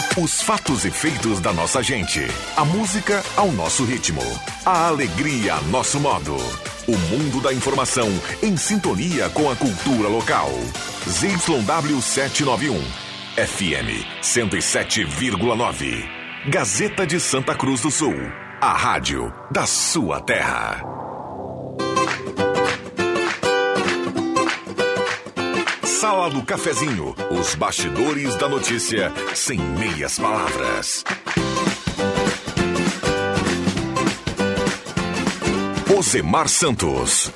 Os fatos e feitos da nossa gente. A música ao nosso ritmo. A alegria a nosso modo. O mundo da informação em sintonia com a cultura local. ZYW 791. FM 107,9. Gazeta de Santa Cruz do Sul. A rádio da sua terra. Sala do Cafezinho, os bastidores da notícia sem meias palavras. Osemar Santos.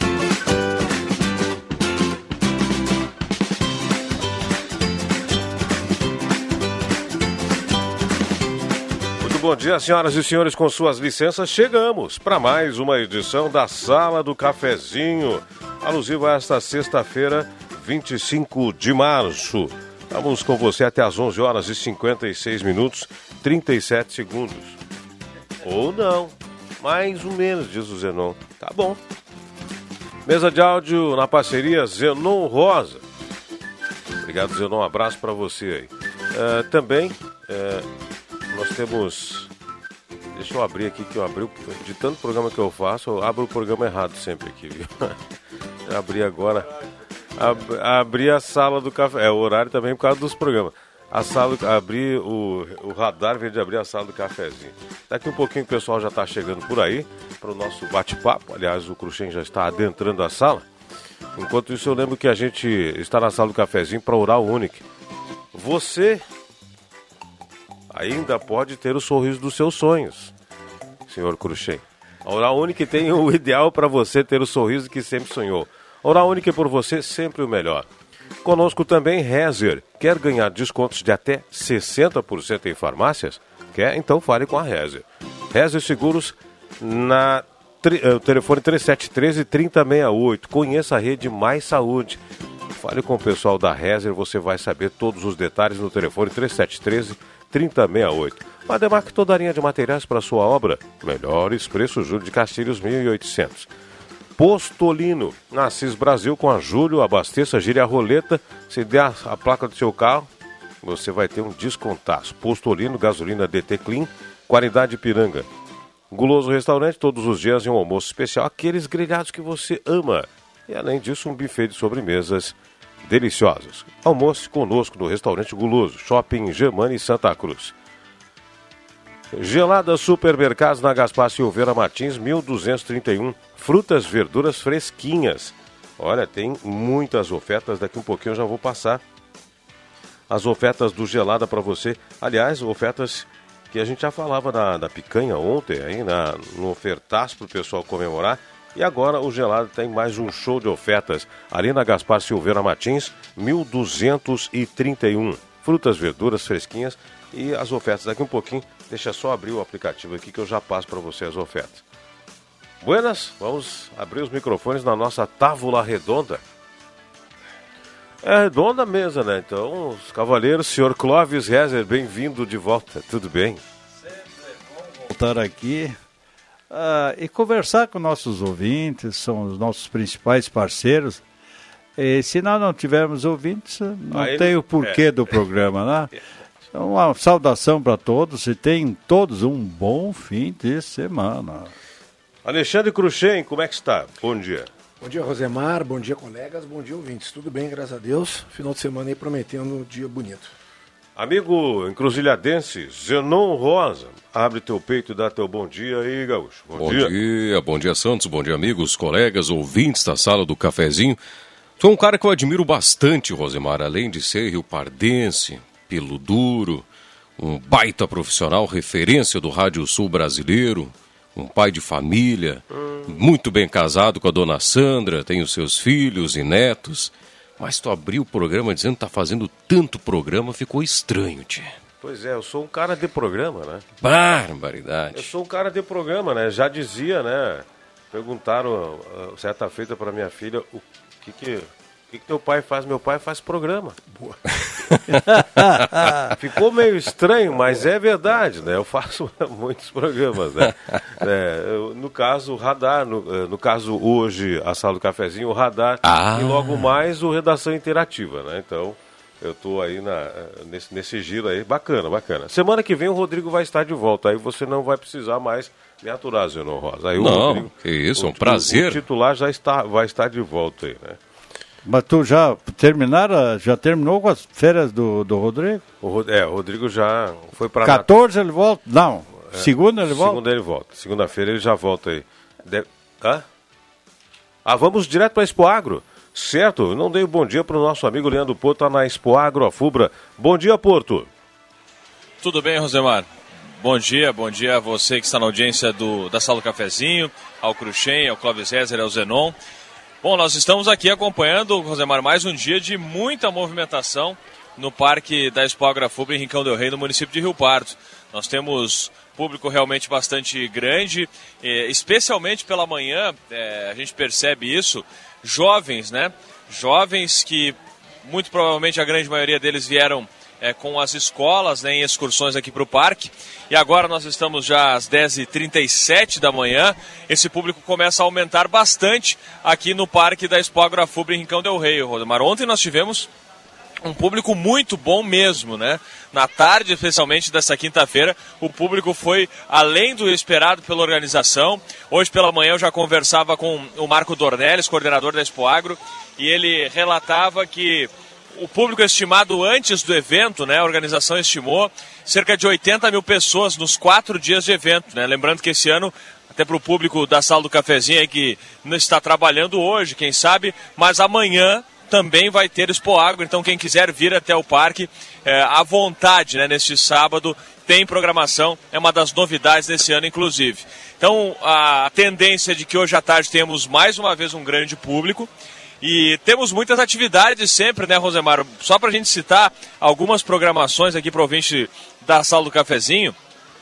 Muito bom dia, senhoras e senhores, com suas licenças, chegamos para mais uma edição da Sala do Cafezinho, alusiva a esta sexta-feira, 25 de março. Estamos com você até às 11 horas e 56 minutos, 37 segundos. Ou não, mais ou menos, diz o Zenon. Tá bom. Mesa de áudio na parceria Zenon Rosa. Obrigado, Zenon. Um abraço para você aí. Também, nós temos... Deixa eu abrir aqui, que eu abri, de tanto programa que eu faço, eu abro o programa errado sempre aqui, viu? Eu abri agora... Abri a sala do café. O horário também por causa dos programas. Abri o radar, veio de abrir a sala do cafezinho. Daqui um pouquinho o pessoal já está chegando por aí para o nosso bate-papo. Aliás, o Cruxem já está adentrando a sala. Enquanto isso, eu lembro que a gente está na sala do cafezinho para Oral Unique. Você ainda pode ter o sorriso dos seus sonhos, senhor Cruxem. A Oral Unique tem o ideal para você ter o sorriso que sempre sonhou. Oral Unique por você, sempre o melhor. Conosco também Rezer. Quer ganhar descontos de até 60% em farmácias? Quer? Então fale com a Rezer. Rezer Seguros, o telefone 3713-3068. Conheça a rede Mais Saúde. Fale com o pessoal da Rezer, você vai saber todos os detalhes no telefone 3713-3068. Mademarque toda a linha de materiais para sua obra. Melhores preços, Júlio de Castilhos, 1.800. Postolino, na Assis Brasil com a Júlio, abasteça, gire a roleta, se der a placa do seu carro, você vai ter um descontaço. Postolino, gasolina DT Clean, qualidade Ipiranga. Guloso Restaurante, todos os dias em um almoço especial, aqueles grelhados que você ama. E além disso, um buffet de sobremesas deliciosas. Almoce conosco no Restaurante Guloso, Shopping Germani Santa Cruz. Gelada Supermercados na Gaspar Silveira Martins, 1231. Frutas, verduras fresquinhas. Olha, tem muitas ofertas. Daqui um pouquinho eu já vou passar as ofertas do Gelada para você. Aliás, ofertas que a gente já falava da picanha ontem, aí no ofertaço para o pessoal comemorar. E agora o Gelada tem mais um show de ofertas ali na Gaspar Silveira Martins, 1231. Frutas, verduras fresquinhas e as ofertas. Daqui um pouquinho, deixa só abrir o aplicativo aqui que eu já passo para você as ofertas. Buenas, vamos abrir os microfones na nossa tábua redonda. É redonda a mesa, né? Então, os cavaleiros, senhor Clóvis Rezer, bem-vindo de volta, tudo bem? Sempre é bom voltar aqui e conversar com nossos ouvintes, são os nossos principais parceiros. E se nós não tivermos ouvintes, não tem o porquê do programa, né? Então, uma saudação para todos e tenham todos um bom fim de semana. Alexandre Cruxem, como é que está? Bom dia. Bom dia, Rosemar. Bom dia, colegas. Bom dia, ouvintes. Tudo bem, graças a Deus. Final de semana aí prometendo um dia bonito. Amigo encruzilhadense, Zenon Rosa, abre teu peito e dá teu bom dia aí, gaúcho. Bom dia, Santos. Bom dia, amigos, colegas, ouvintes da Sala do Cafezinho. Sou um cara que eu admiro bastante, Rosemar, além de ser riopardense, pelo duro, um baita profissional, referência do Rádio Sul brasileiro, um pai de família, muito bem casado com a dona Sandra, tem os seus filhos e netos. Mas tu abriu o programa dizendo que tá fazendo tanto programa, ficou estranho, tia. Pois é, eu sou um cara de programa, né? Barbaridade. Eu sou um cara de programa, né? Já dizia, né? Perguntaram certa feita para minha filha o que teu pai faz? Meu pai faz programa. Boa. Ficou meio estranho, mas é verdade, né? Eu faço muitos programas, né? No caso, o Radar, no caso hoje, a Sala do Cafezinho, o Radar, e logo mais o Redação Interativa, né? Então, Eu estou aí nesse giro aí, bacana. Semana que vem o Rodrigo vai estar de volta, aí você não vai precisar mais me aturar, Zenon Rosa. Aí Rodrigo, que isso, é um prazer. O titular vai estar de volta aí, né? Mas tu já terminou com as férias do Rodrigo? O Rodrigo já foi para... 14 ele volta? Não, segunda ele volta? Segunda ele volta, segunda-feira ele já volta aí. Vamos direto para a Expo Agro. Certo, não dei um bom dia para o nosso amigo Leandro Porto, na Expo Agro, a Fubra. Bom dia, Porto. Tudo bem, Rosemar? Bom dia a você que está na audiência da Sala do Cafezinho, ao Cruxem, ao Clóvis Rezer, ao Zenon. Bom, nós estamos aqui acompanhando, Rosemar, mais um dia de muita movimentação no Parque da Expo Agro Fubra em Rincão del Rei, no município de Rio Pardo. Nós temos público realmente bastante grande, especialmente pela manhã, a gente percebe isso. Jovens, né? Jovens que muito provavelmente a grande maioria deles vieram com as escolas, né, em excursões aqui para o parque. E agora nós estamos já às 10h37 da manhã. Esse público começa a aumentar bastante aqui no Parque da Expo Agro Fubra em Rincão del Rei, Rodemar. Ontem nós tivemos um público muito bom mesmo, né? Na tarde, especialmente dessa quinta-feira, o público foi além do esperado pela organização. Hoje pela manhã eu já conversava com o Marco Dornelles, coordenador da Expo Agro, e ele relatava que o público estimado antes do evento, né? A organização estimou cerca de 80 mil pessoas nos 4 dias de evento, né? Lembrando que esse ano, até para o público da Sala do Cafezinho aí que não está trabalhando hoje, quem sabe, mas amanhã também vai ter Expo Agro, então quem quiser vir até o parque, à vontade, né, neste sábado, tem programação, é uma das novidades desse ano, inclusive. Então, a tendência é de que hoje à tarde temos mais uma vez um grande público, e temos muitas atividades sempre, né, Rosemar? Só para a gente citar algumas programações aqui para o ouvinte da Sala do Cafezinho,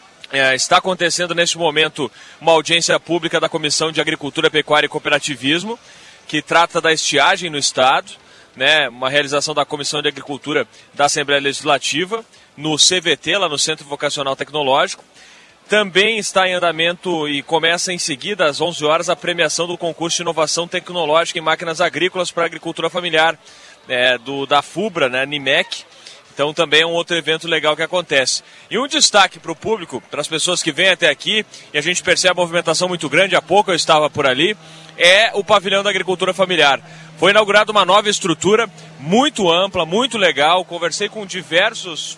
está acontecendo neste momento uma audiência pública da Comissão de Agricultura, Pecuária e Cooperativismo, que trata da estiagem no estado, né, uma realização da Comissão de Agricultura da Assembleia Legislativa, no CVT, lá no Centro Vocacional Tecnológico. Também está em andamento e começa em seguida, às 11 horas, a premiação do concurso de inovação tecnológica em máquinas agrícolas para a agricultura familiar, da FUBRA, né, NIMEC. Então também é um outro evento legal que acontece. E um destaque para o público, para as pessoas que vêm até aqui, e a gente percebe a movimentação muito grande, há pouco eu estava por ali, é o pavilhão da agricultura familiar. Foi inaugurada uma nova estrutura, muito ampla, muito legal. Conversei com diversos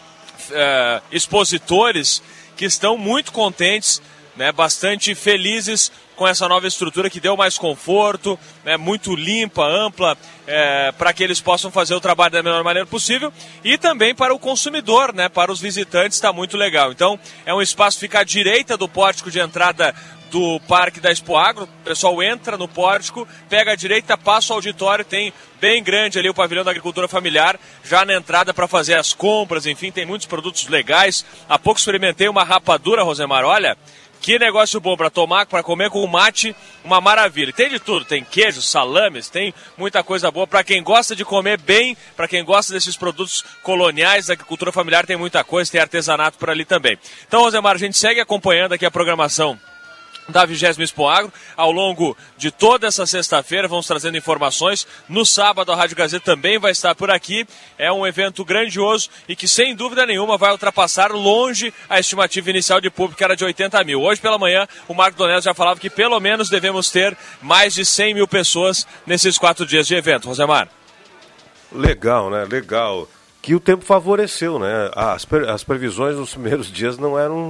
expositores que estão muito contentes, né, bastante felizes com essa nova estrutura que deu mais conforto, né, muito limpa, ampla, para que eles possam fazer o trabalho da melhor maneira possível, e também para o consumidor, né, para os visitantes, está muito legal. Então, é um espaço que fica à direita do pórtico de entrada do Parque da Expo Agro. O pessoal entra no pórtico, pega a direita, passa o auditório, tem bem grande ali o pavilhão da agricultura familiar, já na entrada para fazer as compras, enfim, tem muitos produtos legais. Há pouco experimentei uma rapadura, Rosemar, olha, que negócio bom para tomar, para comer com o mate, uma maravilha. Tem de tudo, tem queijo, salames, tem muita coisa boa. Para quem gosta de comer bem, para quem gosta desses produtos coloniais da agricultura familiar, tem muita coisa, tem artesanato por ali também. Então, Rosemar, a gente segue acompanhando aqui a programação da 20ª Expo Agro. Ao longo de toda essa sexta-feira vamos trazendo informações. No sábado a Rádio Gazeta também vai estar por aqui. É um evento grandioso e que sem dúvida nenhuma vai ultrapassar longe a estimativa inicial de público, que era de 80 mil. Hoje pela manhã o Marco Donés já falava que pelo menos devemos ter mais de 100 mil pessoas nesses 4 dias de evento. Rosemar. Legal, né? Legal. Que o tempo favoreceu, né? As previsões nos primeiros dias não eram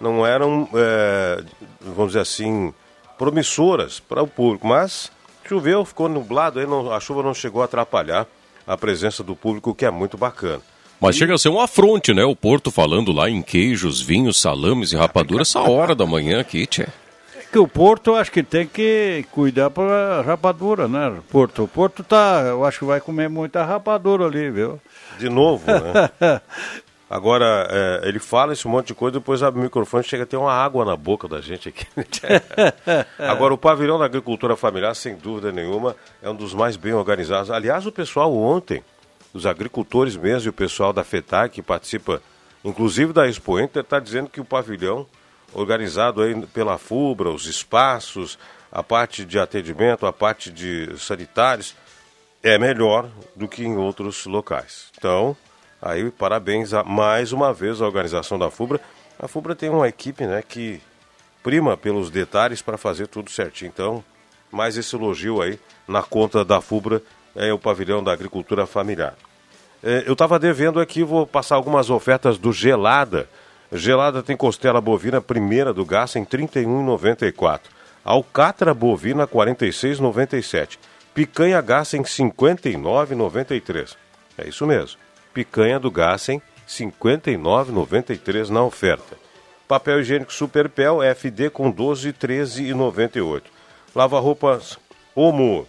vamos dizer assim, promissoras para o público, mas choveu, ficou nublado, aí a chuva não chegou a atrapalhar a presença do público, o que é muito bacana. Mas chega a ser um afronte, né? O Porto falando lá em queijos, vinhos, salames e rapadura essa hora da manhã aqui, tchê. É que o Porto, acho que tem que cuidar para rapadura, né? O Porto eu acho que vai comer muita rapadura ali, viu? De novo, né? Agora, ele fala esse monte de coisa, depois abre o microfone, chega a ter uma água na boca da gente aqui. Agora, o pavilhão da agricultura familiar, sem dúvida nenhuma, é um dos mais bem organizados. Aliás, o pessoal ontem, os agricultores mesmo e o pessoal da FETAC, que participa, inclusive da Expo Inter, está dizendo que o pavilhão, organizado aí pela FUBRA, os espaços, a parte de atendimento, a parte de sanitários, é melhor do que em outros locais. Então, aí parabéns mais uma vez à organização da FUBRA. A FUBRA tem uma equipe, né, que prima pelos detalhes para fazer tudo certinho. Então, mais esse elogio aí na conta da FUBRA, o pavilhão da agricultura familiar. Eu estava devendo aqui, vou passar algumas ofertas do Gelada. Gelada tem costela bovina primeira do Gás em R$ 31,94. Alcatra bovina R$ 46,97. Picanha Gassen R$ 59,93. É isso mesmo. Picanha do Gassen R$ 59,93 na oferta. Papel higiênico Superpel FD com 12, 13,98. Lava-roupas Omo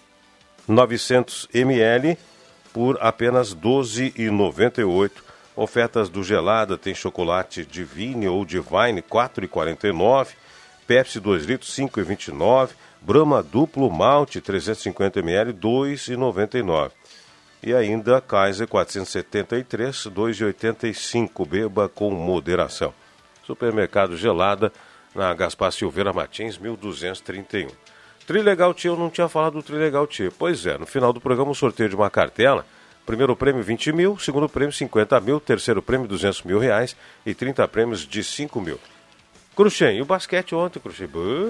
900 ml por apenas 12,98. Ofertas do Gelada tem chocolate Divine ou Divine 4,49. Pepsi 2 litros 5,29. Brahma duplo malte 350 ml 2,99. E ainda Kaiser 473 2,85. Beba com moderação. Supermercado Gelada na Gaspar Silveira Martins 1231. Trilegal Tia, eu não tinha falado do Trilegal Tia. Pois é, no final do programa um sorteio de uma cartela. Primeiro prêmio 20 mil, segundo prêmio 50 mil, terceiro prêmio 200 mil reais e 30 prêmios de 5 mil. Cruxem, e o basquete ontem, Cruxem?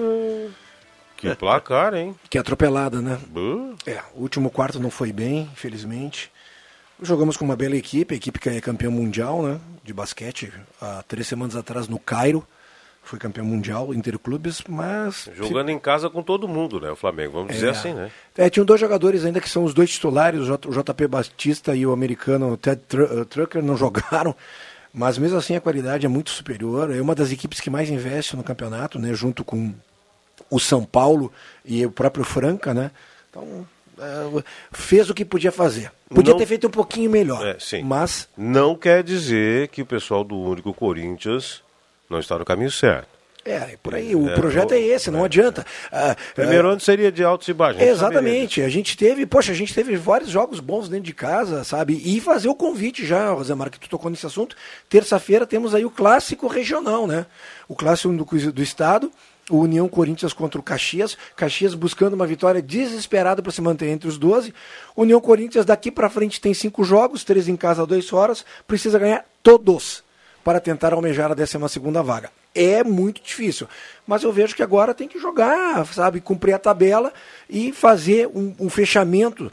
Que placar, hein? Que atropelada, né? O último quarto não foi bem, infelizmente. Jogamos com uma bela equipe, a equipe que é campeã mundial, né, de basquete, há 3 semanas atrás no Cairo. Foi campeão mundial, interclubes, mas... Jogando em casa com todo mundo, né, o Flamengo, vamos dizer assim, né? Tinham 2 jogadores ainda que são os 2 titulares, o JP Batista e o americano Ted Trucker não jogaram, mas mesmo assim a qualidade é muito superior. É uma das equipes que mais investe no campeonato, né, junto com o São Paulo e o próprio Franca, né? Então, fez o que podia fazer. Podia ter feito um pouquinho melhor, mas... Não quer dizer que o pessoal do Único Corinthians não está no caminho certo. Por aí, o projeto é esse, não adianta. Primeiro ano seria de altos e baixos. Exatamente, a gente teve vários jogos bons dentro de casa, sabe? E fazer o convite já, Rosemar, que tu tocou nesse assunto. Terça-feira temos aí o clássico regional, né? O clássico do estado, o União Corinthians contra o Caxias. Caxias buscando uma vitória desesperada para se manter entre os 12. União Corinthians daqui para frente tem 5 jogos, 3 em casa, 2 fora. Precisa ganhar todos para tentar almejar a 12ª vaga. É muito difícil, mas eu vejo que agora tem que jogar, sabe, cumprir a tabela e fazer um fechamento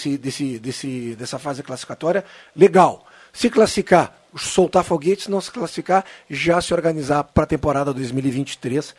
dessa fase classificatória legal. Se classificar, soltar foguetes, não se classificar, já se organizar para a temporada 2022,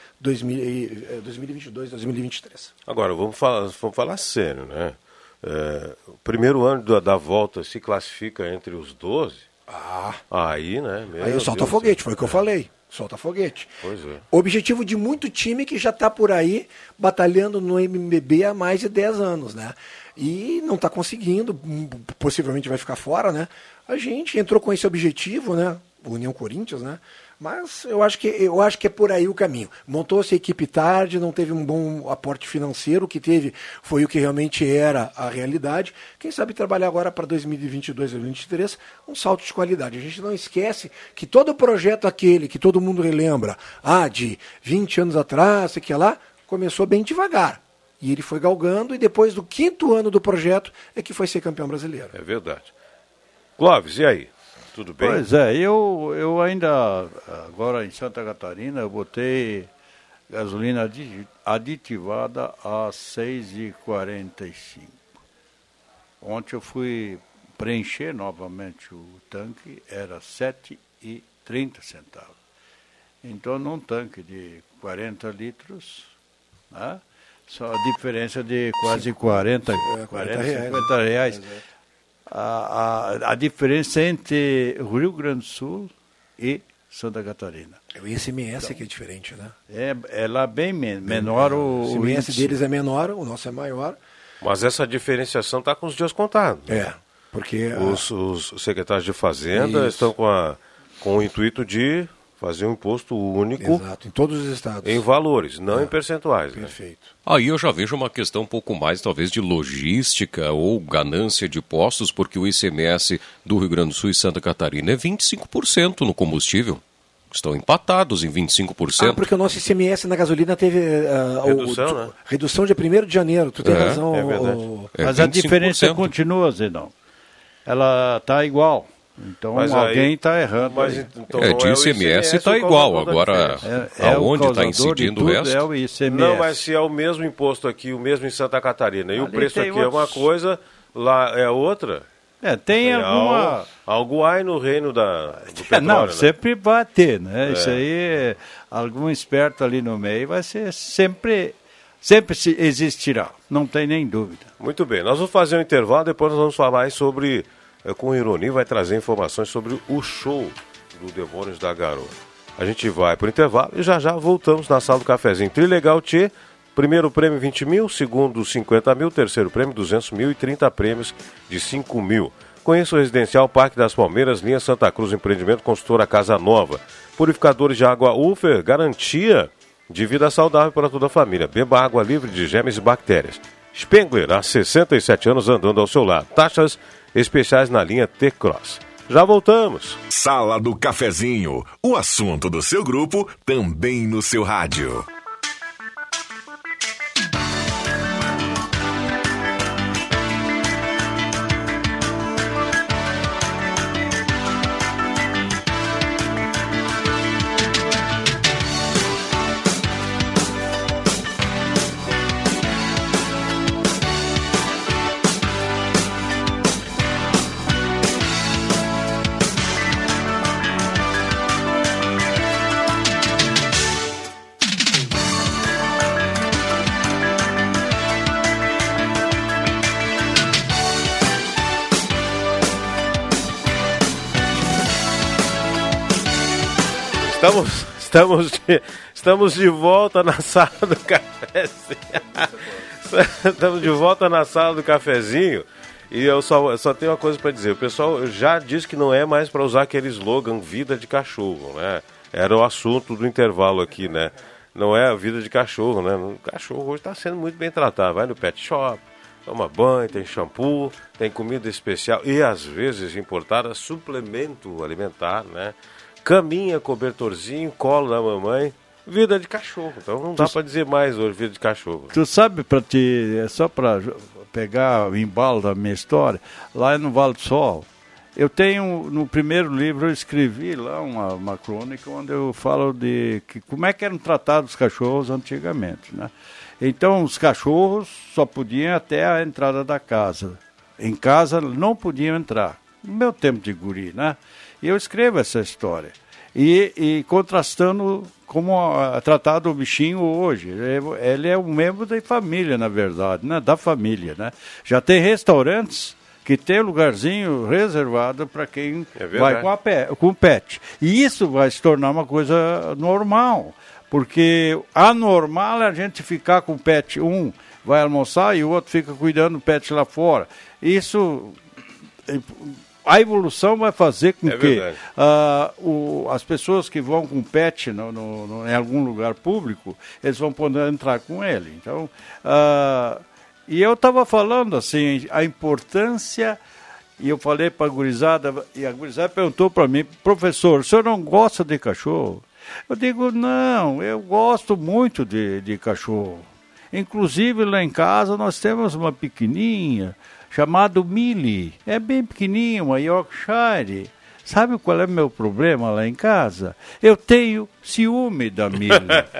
2023. Agora, vamos falar sério, né? O primeiro ano da volta se classifica entre os 12... Aí, né? Aí solta foguete, foi o que eu falei. Solta foguete. Pois é. Objetivo de muito time que já está por aí batalhando no MBB há mais de 10 anos, né? E não está conseguindo, possivelmente vai ficar fora, né? A gente entrou com esse objetivo, né? União Corinthians, né? Mas eu acho que é por aí o caminho. Montou-se a equipe tarde, não teve um bom aporte financeiro, o que teve foi o que realmente era a realidade. Quem sabe trabalhar agora para 2022, 2023, um salto de qualidade. A gente não esquece que todo o projeto aquele que todo mundo relembra, de 20 anos atrás, sei que lá, começou bem devagar. E ele foi galgando e depois do 5º ano do projeto é que foi ser campeão brasileiro. É verdade. Clóvis, e aí? Tudo bem? Pois é, eu ainda, agora em Santa Catarina, eu botei gasolina aditivada a 6,45. Ontem eu fui preencher novamente o tanque, era 7,30 centavos. Então, num tanque de 40 litros, né, só a diferença de quase 50 reais. A diferença entre o Rio Grande do Sul e Santa Catarina. O ICMS então, que é diferente, né? É lá bem menor. O ICMS deles é menor, o nosso é maior. Mas essa diferenciação está com os dias contados. Porque... Os secretários de Fazenda estão com o intuito de fazer um imposto único. Exato, em todos os estados. Em valores, não em percentuais. Perfeito. Né? Aí eu já vejo uma questão um pouco mais, talvez, de logística ou ganância de postos, porque o ICMS do Rio Grande do Sul e Santa Catarina é 25% no combustível. estão empatados em 25%. Porque o nosso ICMS na gasolina teve redução, né? Redução dia 1º de janeiro, tu tem razão. É verdade. Mas a diferença continua, Zenão. Ela está igual. Então mas alguém está errando. Mas, então, de ICMS está igual. Agora, aonde está incidindo o resto? É o ICMS. Não, mas se é o mesmo imposto aqui, o mesmo em Santa Catarina, e o preço aqui é uma coisa, lá é outra. Tem alguma... Algo aí no reino do petróleo. Não, né? sempre vai ter, né? Isso aí, algum esperto ali no meio vai ser sempre existirá. Não tem nem dúvida. Muito bem, nós vamos fazer um intervalo, depois nós vamos falar sobre... Com o Ironi vai trazer informações sobre o show do Demônios da Garoa. A gente vai para o intervalo e já voltamos na sala do cafezinho. Trilegal Tchê, primeiro prêmio 20 mil, segundo 50 mil, terceiro prêmio 200 mil e 30 prêmios de 5 mil. Conheça o Residencial Parque das Palmeiras, linha Santa Cruz, empreendimento construtora Casa Nova. Purificadores de água Ufer, garantia de vida saudável para toda a família. Beba água livre de germes e bactérias. Spengler, há 67 anos andando ao seu lado. Taxas especiais na linha T-Cross. Já voltamos. Sala do Cafezinho, o assunto do seu grupo também no seu rádio. Estamos de volta na sala do cafezinho. Estamos de volta na sala do cafezinho. E eu só tenho uma coisa para dizer. O pessoal já disse que não é mais para usar aquele slogan vida de cachorro, né? Era o assunto do intervalo aqui, né? Não é a vida de cachorro, né? O cachorro hoje está sendo muito bem tratado. Vai no pet shop, toma banho, tem shampoo, tem comida especial e às vezes importada suplemento alimentar, né? Caminha, cobertorzinho, colo da mamãe, vida de cachorro. Então não dá para dizer mais hoje, vida de cachorro. Tu sabe, só para pegar o embalo da minha história, lá no Vale do Sol, eu tenho, no primeiro livro, eu escrevi lá uma crônica onde eu falo de como é que eram tratados os cachorros antigamente, né? Então, os cachorros só podiam até a entrada da casa. Em casa não podiam entrar. No meu tempo de guri, né? E eu escrevo essa história. E contrastando como é tratado o bichinho hoje. Ele é um membro da família, na verdade, né? Da família, né? Já tem restaurantes que tem lugarzinho reservado para quem vai com o pet. E isso vai se tornar uma coisa normal. Porque anormal é a gente ficar com o pet, um vai almoçar e o outro fica cuidando do pet lá fora. Isso... A evolução vai fazer com que as pessoas que vão com pet em algum lugar público, eles vão poder entrar com ele. Então, e eu estava falando assim, a importância, e eu falei para a gurizada, e a gurizada perguntou para mim, professor, o senhor não gosta de cachorro? Eu digo, não, eu gosto muito de cachorro. Inclusive lá em casa nós temos uma pequenininha, chamado Millie. É bem pequenininho, uma Yorkshire. Sabe qual é o meu problema lá em casa? Eu tenho ciúme da Millie.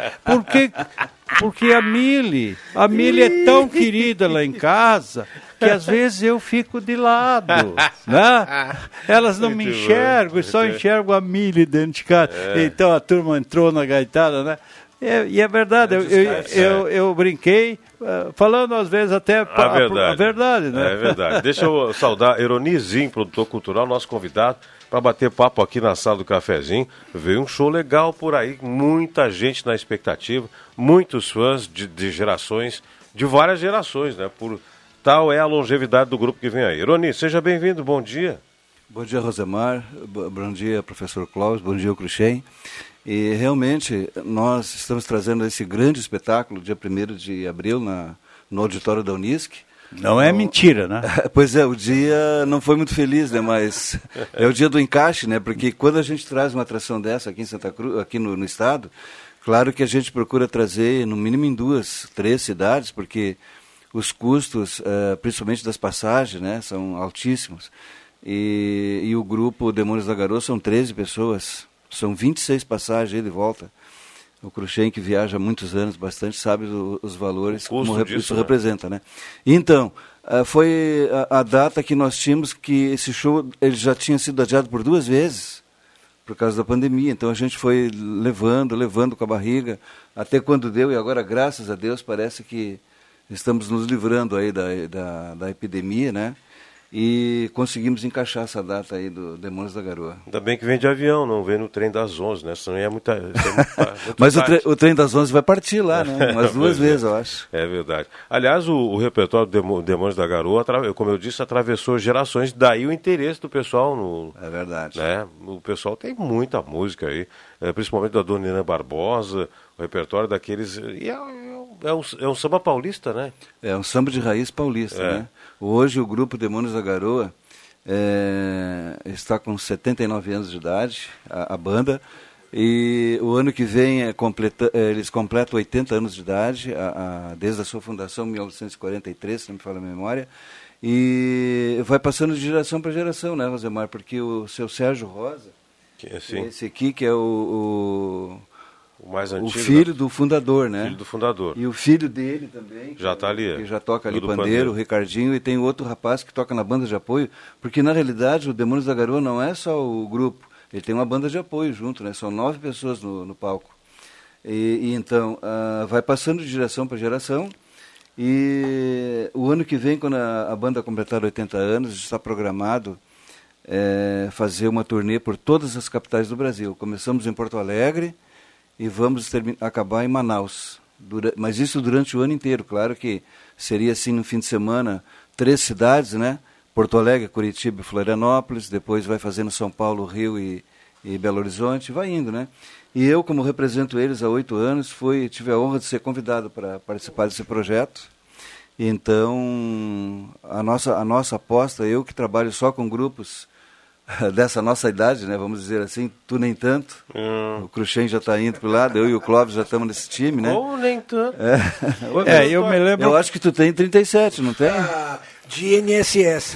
Porque a Millie é tão querida lá em casa que às vezes eu fico de lado, né? Elas não me enxergam, só enxergam a Millie dentro de casa. Então a turma entrou na gaitada, né? E é verdade, eu brinquei, falando às vezes até a verdade, né? É verdade. Deixa eu saudar Ironizinho, produtor cultural, nosso convidado, para bater papo aqui na sala do cafezinho. Veio um show legal por aí, muita gente na expectativa, muitos fãs de gerações, de várias gerações, né? Tal é a longevidade do grupo que vem aí. Ironi, seja bem-vindo, bom dia. Bom dia, Rosemar, bom dia, professor Cláudio, bom dia, Cruxem. E realmente nós estamos trazendo esse grande espetáculo, dia 1º de abril, no auditório da Unisc, Não é mentira, né? Pois é, o dia não foi muito feliz, né? Mas é o dia do encaixe, né? Porque quando a gente traz uma atração dessa aqui em Santa Cruz, aqui no estado, claro que a gente procura trazer no mínimo em 2, 3 cidades, porque os custos, principalmente das passagens, né, são altíssimos. E o grupo Demônios da Garoa são 13 pessoas, são 26 passagens aí de volta. O Cruxem, que viaja há muitos anos, bastante, sabe os valores, como isso representa, né? Então, foi a data que nós tínhamos que esse show ele já tinha sido adiado por 2 vezes, por causa da pandemia. Então a gente foi levando com a barriga, até quando deu, e agora, graças a Deus, parece que estamos nos livrando aí da epidemia, né? E conseguimos encaixar essa data aí do Demônios da Garoa. Ainda bem que vem de avião, não vem no trem das 11, né? Senão é muito Mas o trem das 11 vai partir lá, né? Umas 2 vezes, eu acho. É verdade. Aliás, o repertório do Demônios da Garoa, como eu disse, atravessou gerações, daí o interesse do pessoal no... É verdade. Né? O pessoal tem muita música aí, principalmente da Dona Nina Barbosa, o repertório daqueles... E é um samba paulista, né? É um samba de raiz paulista, né? Hoje o grupo Demônios da Garoa está com 79 anos de idade, a banda, e o ano que vem eles completam 80 anos de idade, desde a sua fundação, em 1943, se não me falha a memória, e vai passando de geração para geração, né, Rosemar? Porque o seu Sérgio Rosa, esse aqui que é o mais antigo, o filho do fundador, né? Filho do fundador. E o filho dele também, já está ali, que já toca ali pandeiro, o Ricardinho, e tem outro rapaz que toca na banda de apoio, porque na realidade o Demônios da Garoa não é só o grupo, ele tem uma banda de apoio junto, né? São 9 pessoas no palco. E então vai passando de geração para geração, e o ano que vem, quando a banda completar 80 anos, está programado fazer uma turnê por todas as capitais do Brasil. Começamos em Porto Alegre, e vamos acabar em Manaus. Mas isso durante o ano inteiro. Claro que seria assim no fim de semana, 3 cidades, né? Porto Alegre, Curitiba e Florianópolis, depois vai fazendo São Paulo, Rio e Belo Horizonte, vai indo, né? E eu, como represento eles há 8 anos, tive a honra de ser convidado para participar desse projeto. Então, a nossa aposta, eu que trabalho só com grupos dessa nossa idade, né, vamos dizer assim, tu nem tanto, o Cruxem já está indo para o lado, eu e o Clóvis já estamos nesse time, né? Ou nem tanto. Eu me lembro... Eu acho que tu tem 37, não tem? De INSS.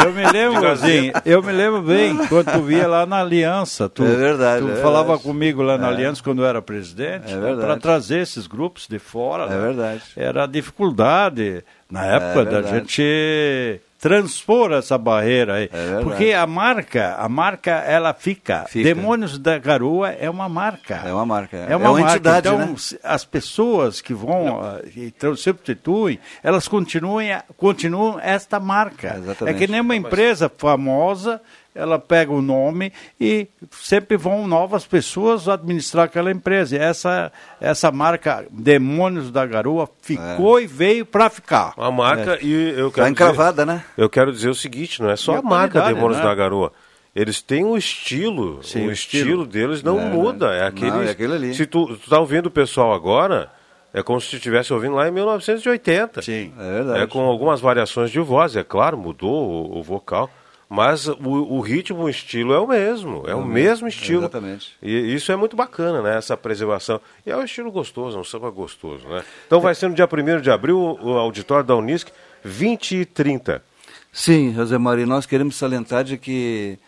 Eu me lembro bem, quando tu via lá na Aliança, tu falava comigo lá na Aliança quando eu era presidente, para trazer esses grupos de fora. É verdade. Era a dificuldade, na época, da gente transpor essa barreira aí. Porque a marca ela fica. Demônios da Garoa é uma marca. É uma marca. É uma marca. Entidade, então, né? as pessoas que vão e substituem, elas continuam esta marca. Exatamente. É que nem uma empresa famosa, ela pega o nome e sempre vão novas pessoas administrar aquela empresa. E essa marca Demônios da Garoa ficou e veio para ficar. A marca, e eu quero encravada, né? Eu quero dizer o seguite, não é só a marca Demônios da Garoa. Eles têm um estilo, o estilo deles não muda. É aquele ali. Se tu tá ouvindo o pessoal agora, é como se tu estivesse ouvindo lá em 1980. Sim, é verdade. Com algumas variações de voz, é claro, mudou o vocal. Mas o ritmo, o estilo é o mesmo, o mesmo estilo. Exatamente. E isso é muito bacana, né? Essa preservação. E é um estilo gostoso, é um samba gostoso, né? Então vai ser no dia 1º de abril, o auditório da Unisc, 20 e 30. Sim, Rosemar, e nós queremos salientar de que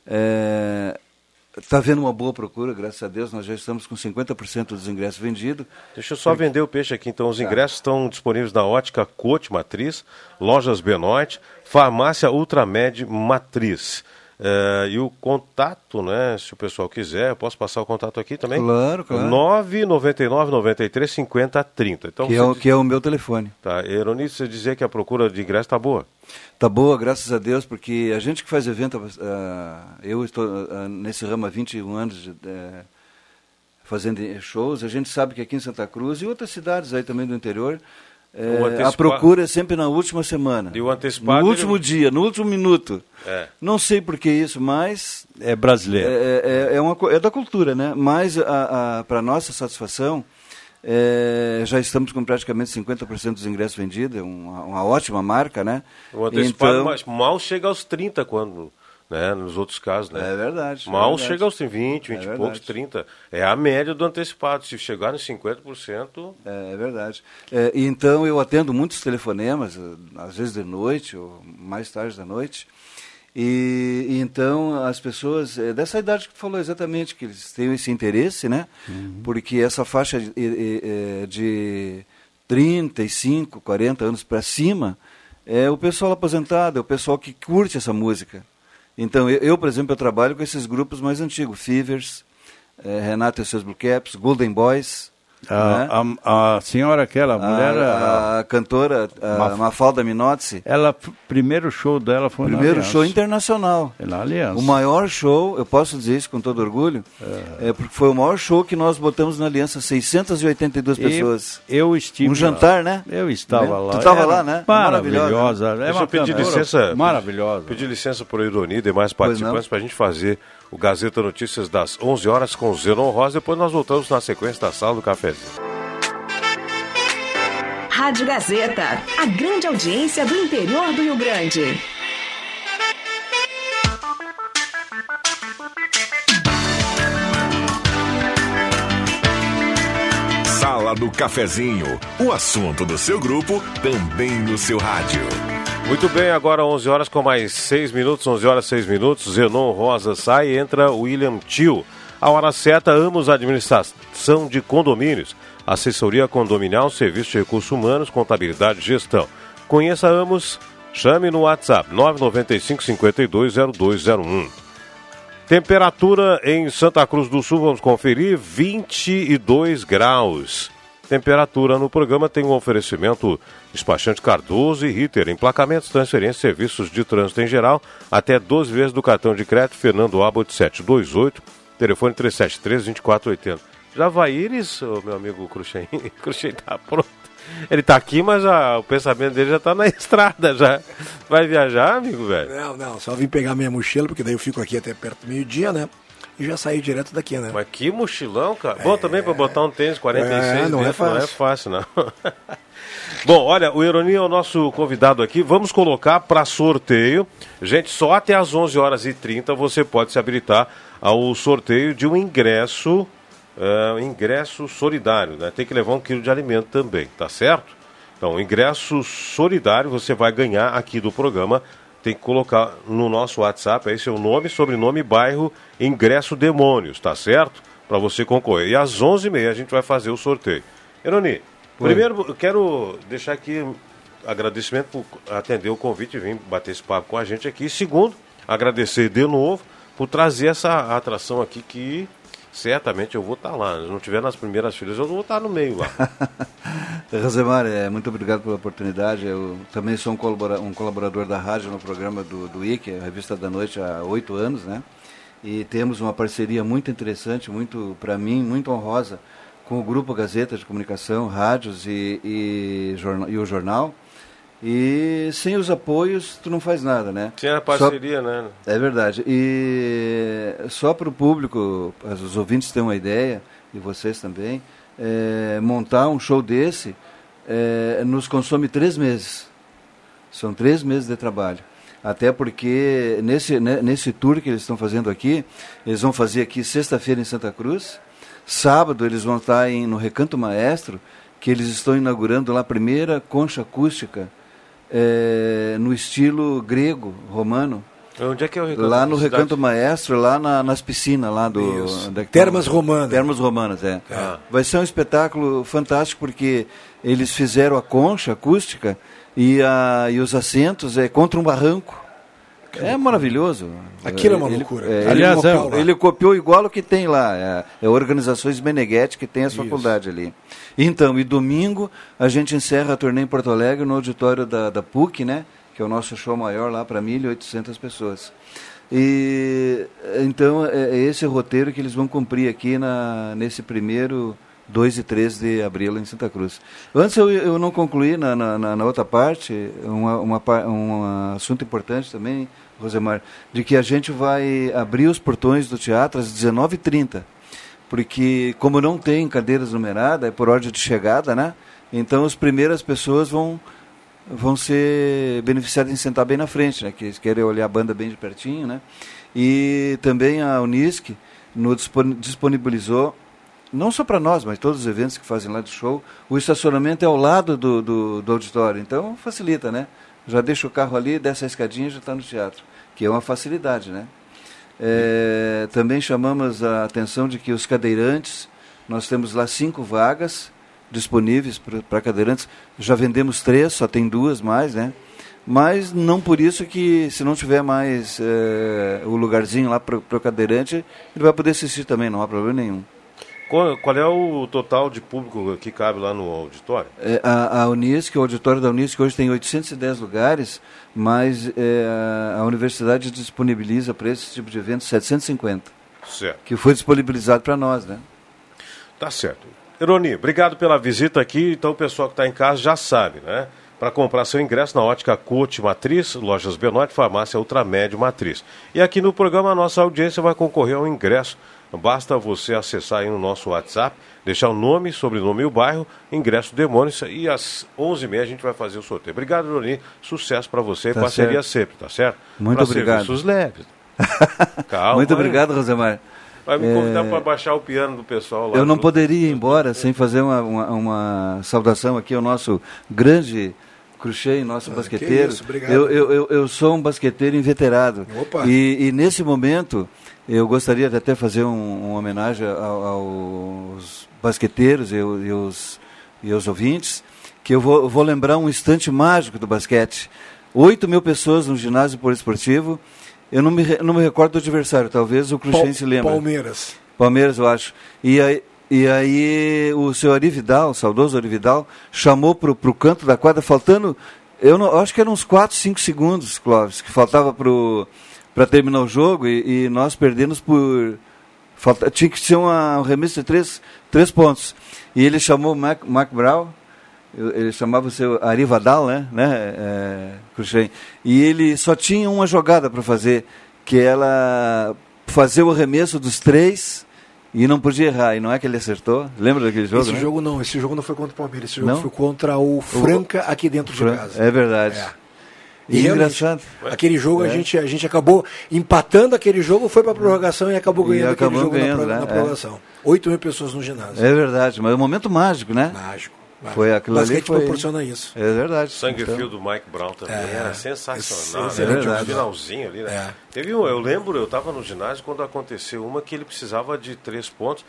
está havendo uma boa procura, graças a Deus, nós já estamos com 50% dos ingressos vendidos. Deixa eu só vender o peixe aqui, então. Os ingressos estão disponíveis na Ótica Cote Matriz, Lojas Benoit, Farmácia Ultramed Matriz. E o contato, né, se o pessoal quiser, eu posso passar o contato aqui também? Claro. 999-93-50-30. Então, que é o meu telefone. Tá, Eronice, você dizer que a procura de ingresso está boa? Está boa, graças a Deus, porque a gente que faz evento, eu estou nesse ramo há 21 anos fazendo shows, a gente sabe que aqui em Santa Cruz e outras cidades aí também do interior, a procura é sempre na última semana. E o antecipado? No último dia, no último minuto. Não sei por que isso, mas... É brasileiro. É da cultura, né? Mas, para nossa satisfação, já estamos com praticamente 50% dos ingressos vendidos, uma ótima marca, né? O antecipado, mas mal chega aos 30 quando, né? Nos outros casos, né? É verdade. Mal chega aos 20 e poucos, 30. É a média do antecipado. Se chegar nos 50%... É verdade. Então eu atendo muitos telefonemas, às vezes de noite ou mais tarde da noite. E então as pessoas dessa idade que tu falou exatamente, que eles têm esse interesse, né? Porque essa faixa de 35, 40 anos para cima é o pessoal aposentado, é o pessoal que curte essa música. Então eu, por exemplo, eu trabalho com esses grupos mais antigos, Fevers, Renato e seus Blue Caps, Golden Boys. A senhora aquela, mulher... A cantora, Mafalda Minozzi. Primeiro show dela foi na Primeiro show internacional. Na Aliança. O maior show, eu posso dizer isso com todo orgulho, porque foi o maior show que nós botamos na Aliança, 682 pessoas. Eu estive jantar, né? Eu estava lá. Tu estava lá, né? Maravilhosa. Deixa eu pedir licença. Maravilhosa. Pedir licença por ironia e demais participantes para a gente fazer o Gazeta Notícias das 11 horas com o Zenon Rosa. Depois nós voltamos na sequência da Sala do Cafezinho. Rádio Gazeta, a grande audiência do interior do Rio Grande. Sala do Cafezinho, o assunto do seu grupo também no seu rádio. Muito bem, agora 11 horas com mais 6 minutos, 11 horas 6 minutos, Zenon Rosa sai e entra William Tio. A hora certa, Amos Administração de Condomínios, assessoria condominial, serviço de recursos humanos, contabilidade e gestão. Conheça Amos, chame no WhatsApp 995-520201. Temperatura em Santa Cruz do Sul, vamos conferir, 22 graus. Temperatura no programa tem um oferecimento despachante Cardoso e Ritter, emplacamentos, transferências, serviços de trânsito em geral, até 12 vezes do cartão de crédito Fernando Abbott 728, telefone 373-2480. Já vai Iris, meu amigo Cruxem? Cruxem tá pronto. Ele tá aqui, mas o pensamento dele já tá na estrada, já. Vai viajar, amigo, velho? Não, só vim pegar minha mochila, porque daí eu fico aqui até perto do meio-dia, né? E já saí direto daqui, né? Mas que mochilão, cara. Bom, também para botar um tênis 46 não dentro, é fácil, não. Bom, olha, o Ironia é o nosso convidado aqui. Vamos colocar para sorteio. Gente, só até às 11h30 você pode se habilitar ao sorteio de um ingresso solidário, né? Tem que levar 1 quilo de alimento também, tá certo? Então, ingresso solidário você vai ganhar aqui do programa. Tem que colocar no nosso WhatsApp, aí seu nome, sobrenome, bairro, ingresso Demônios, tá certo? Para você concorrer. E às 11h30 a gente vai fazer o sorteio. Ironi, primeiro eu quero deixar aqui agradecimento por atender o convite e vir bater esse papo com a gente aqui. E segundo, agradecer de novo por trazer essa atração aqui que certamente eu vou estar lá. Se não estiver nas primeiras filas, eu vou estar no meio lá. Rosemar, muito obrigado pela oportunidade. Eu também sou um colaborador da rádio no programa do IC, a Revista da Noite, há 8 anos, né? E temos uma parceria muito interessante, muito, para mim, muito honrosa, com o Grupo Gazeta de Comunicação, rádios e o jornal. E sem os apoios, tu não faz nada, né? Sem a parceria, né? É verdade. E só para o público, os ouvintes terem uma ideia, e vocês também, montar um show desse nos consome 3 meses. São 3 meses de trabalho. Até porque nesse tour que eles estão fazendo aqui, eles vão fazer aqui sexta-feira em Santa Cruz, sábado eles vão estar no Recanto Maestro, que eles estão inaugurando lá a primeira concha acústica no estilo grego, romano. Onde é que é o Recanto? Lá no Recanto Maestro, lá nas piscinas lá do... Termas Romanas. Termas Romanas, Vai ser um espetáculo fantástico, porque eles fizeram a concha acústica e os assentos contra um barranco. É maravilhoso. Aquilo é uma loucura. Aliás, ele copiou igual o que tem lá. Organizações Meneghetti que tem as faculdades ali. Então, e domingo a gente encerra a turnê em Porto Alegre, no auditório da PUC, né? Que é o nosso show maior lá para 1.800 pessoas. E então é esse roteiro que eles vão cumprir aqui nesse primeiro 2 e 3 de abril em Santa Cruz. Antes eu não concluí na outra parte, um assunto importante também, Rosemar, de que a gente vai abrir os portões do teatro às 19h30. porque como não tem cadeiras numeradas, é por ordem de chegada, né? Então as primeiras pessoas vão ser beneficiadas em sentar bem na frente, né? Que querem olhar a banda bem de pertinho, né? E também a Unisc disponibilizou, não só para nós, mas todos os eventos que fazem lá do show, o estacionamento é ao lado do auditório, então facilita, né? Já deixa o carro ali, desce a escadinha e já está no teatro, que é uma facilidade, né? Também chamamos a atenção de que os cadeirantes, nós temos lá 5 vagas disponíveis para cadeirantes, já vendemos 3, só tem 2 mais, né? Mas não por isso que, se não tiver mais o lugarzinho lá para o cadeirante, ele vai poder assistir também, não há problema nenhum. Qual é o total de público que cabe lá no auditório? A Unisc, o auditório da Unisc hoje tem 810 lugares, mas a universidade disponibiliza para esse tipo de evento 750. Certo. Que foi disponibilizado para nós, né? Tá certo. Eroni, obrigado pela visita aqui. Então o pessoal que está em casa já sabe, né? Para comprar seu ingresso na Ótica Cote Matriz, Lojas Benoit, Farmácia Ultramédio Matriz. E aqui no programa a nossa audiência vai concorrer ao ingresso. Basta você acessar aí no nosso WhatsApp, deixar o nome, sobrenome e o bairro, ingresso Demônios, e às 11h30 a gente vai fazer o sorteio. Obrigado, Eroni. Sucesso para você e parceria sempre, tá certo? Muito obrigado. Serviços leves. Calma. Muito obrigado, Rosemar. Vai me convidar para baixar o piano do pessoal lá. Eu não poderia ir embora sem fazer uma saudação aqui ao nosso grande Cruxem, nosso basqueteiro. Isso, obrigado. Eu sou um basqueteiro inveterado. Opa. E nesse momento eu gostaria de até fazer uma homenagem aos basqueteiros e aos ouvintes, que eu vou lembrar um instante mágico do basquete. 8.000 pessoas no ginásio poliesportivo. Eu não me recordo do adversário, talvez o Cruxem se lembre. Palmeiras, eu acho. E aí o seu Ari Vidal, o saudoso Ari Vidal, chamou para o canto da quadra, faltando, eu acho que eram uns 4, 5 segundos, Clóvis, que faltava para terminar o jogo, e nós perdemos tinha que ser um arremesso de 3 pontos. E ele chamou o Mark Brown, ele chamava o seu Ari Vidal, né, Cruxem, e ele só tinha uma jogada para fazer, que ela fazer o arremesso dos 3 e não podia errar, e não é que ele acertou. Lembra daquele jogo? Esse jogo não foi contra o Palmeiras, esse jogo foi contra o Franca aqui dentro de casa. É verdade. E engraçado. Aquele jogo a gente acabou empatando aquele jogo, foi para a prorrogação e acabou ganhando aquele jogo na prorrogação. 8.000 pessoas no ginásio. É verdade, mas é um momento mágico, né? Mágico. Foi aquilo ali, proporciona isso. É verdade. Sangue fio do Mike Brown também era sensacional, é verdade. Um finalzinho ali, né? Eu lembro, eu estava no ginásio quando aconteceu uma que ele precisava de 3 pontos.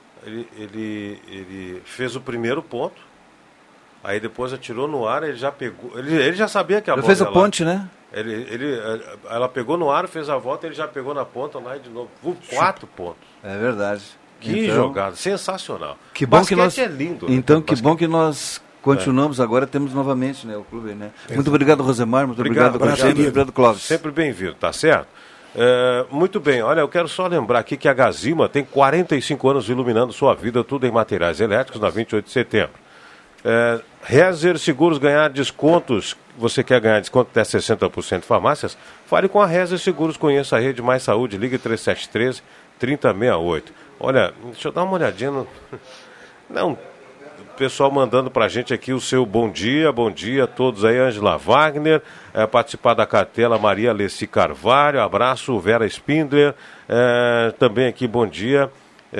Ele fez o primeiro ponto, aí depois atirou no ar, ele já pegou, ele já sabia que a bola fez a ponte, né? Ela pegou no ar, fez a volta, ele já pegou na ponta lá de novo. 4 pontos. É verdade. Que jogada, sensacional. Que bom que nós é lindo. Então, que bom que nós continuamos agora, temos novamente, né, o clube, né? Muito obrigado, Rosemar, muito obrigado, Clóvis. Sempre bem-vindo, tá certo? Muito bem, olha, eu quero só lembrar aqui que a Gazima tem 45 anos iluminando sua vida, tudo em materiais elétricos, na 28 de setembro. Rezer Seguros ganhar descontos, você quer ganhar desconto até 60% em farmácias? Fale com a Rezer Seguros, conheça a Rede Mais Saúde, ligue 3713-3068. Olha, deixa eu dar uma olhadinha Não, o pessoal mandando pra gente aqui o seu bom dia a todos aí, Angela Wagner, participar da cartela Maria Alessi Carvalho, abraço, Vera Spindler, também aqui bom dia,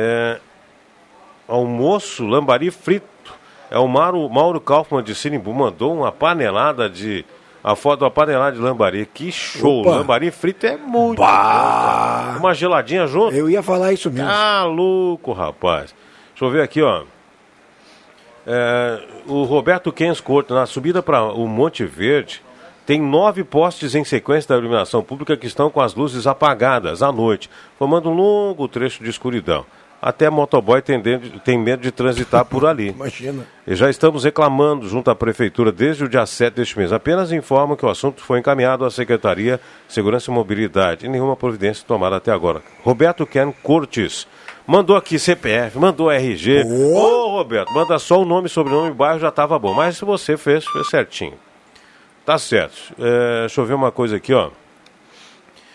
almoço, lambari frito, o Mauro Kaufmann de Sinimbu mandou uma panelada a foto da panelada de lambari, que show, lambari frito é muito bom, cara. Uma geladinha junto. Eu ia falar isso mesmo. Ah, louco, rapaz. Deixa eu ver aqui, ó. O Roberto Kens Couto, na subida para o Monte Verde, tem 9 postes em sequência da iluminação pública que estão com as luzes apagadas à noite, formando um longo trecho de escuridão. Até motoboy tem medo de transitar por ali. Imagina. E já estamos reclamando junto à Prefeitura desde o dia 7 deste mês. Apenas informam que o assunto foi encaminhado à Secretaria de Segurança e Mobilidade e nenhuma providência tomada até agora. Roberto Ken Cortes mandou aqui CPF, mandou RG. Ô, Roberto, manda só o nome, sobrenome e bairro, já estava bom. Mas se você fez certinho. Tá certo. Deixa eu ver uma coisa aqui, ó.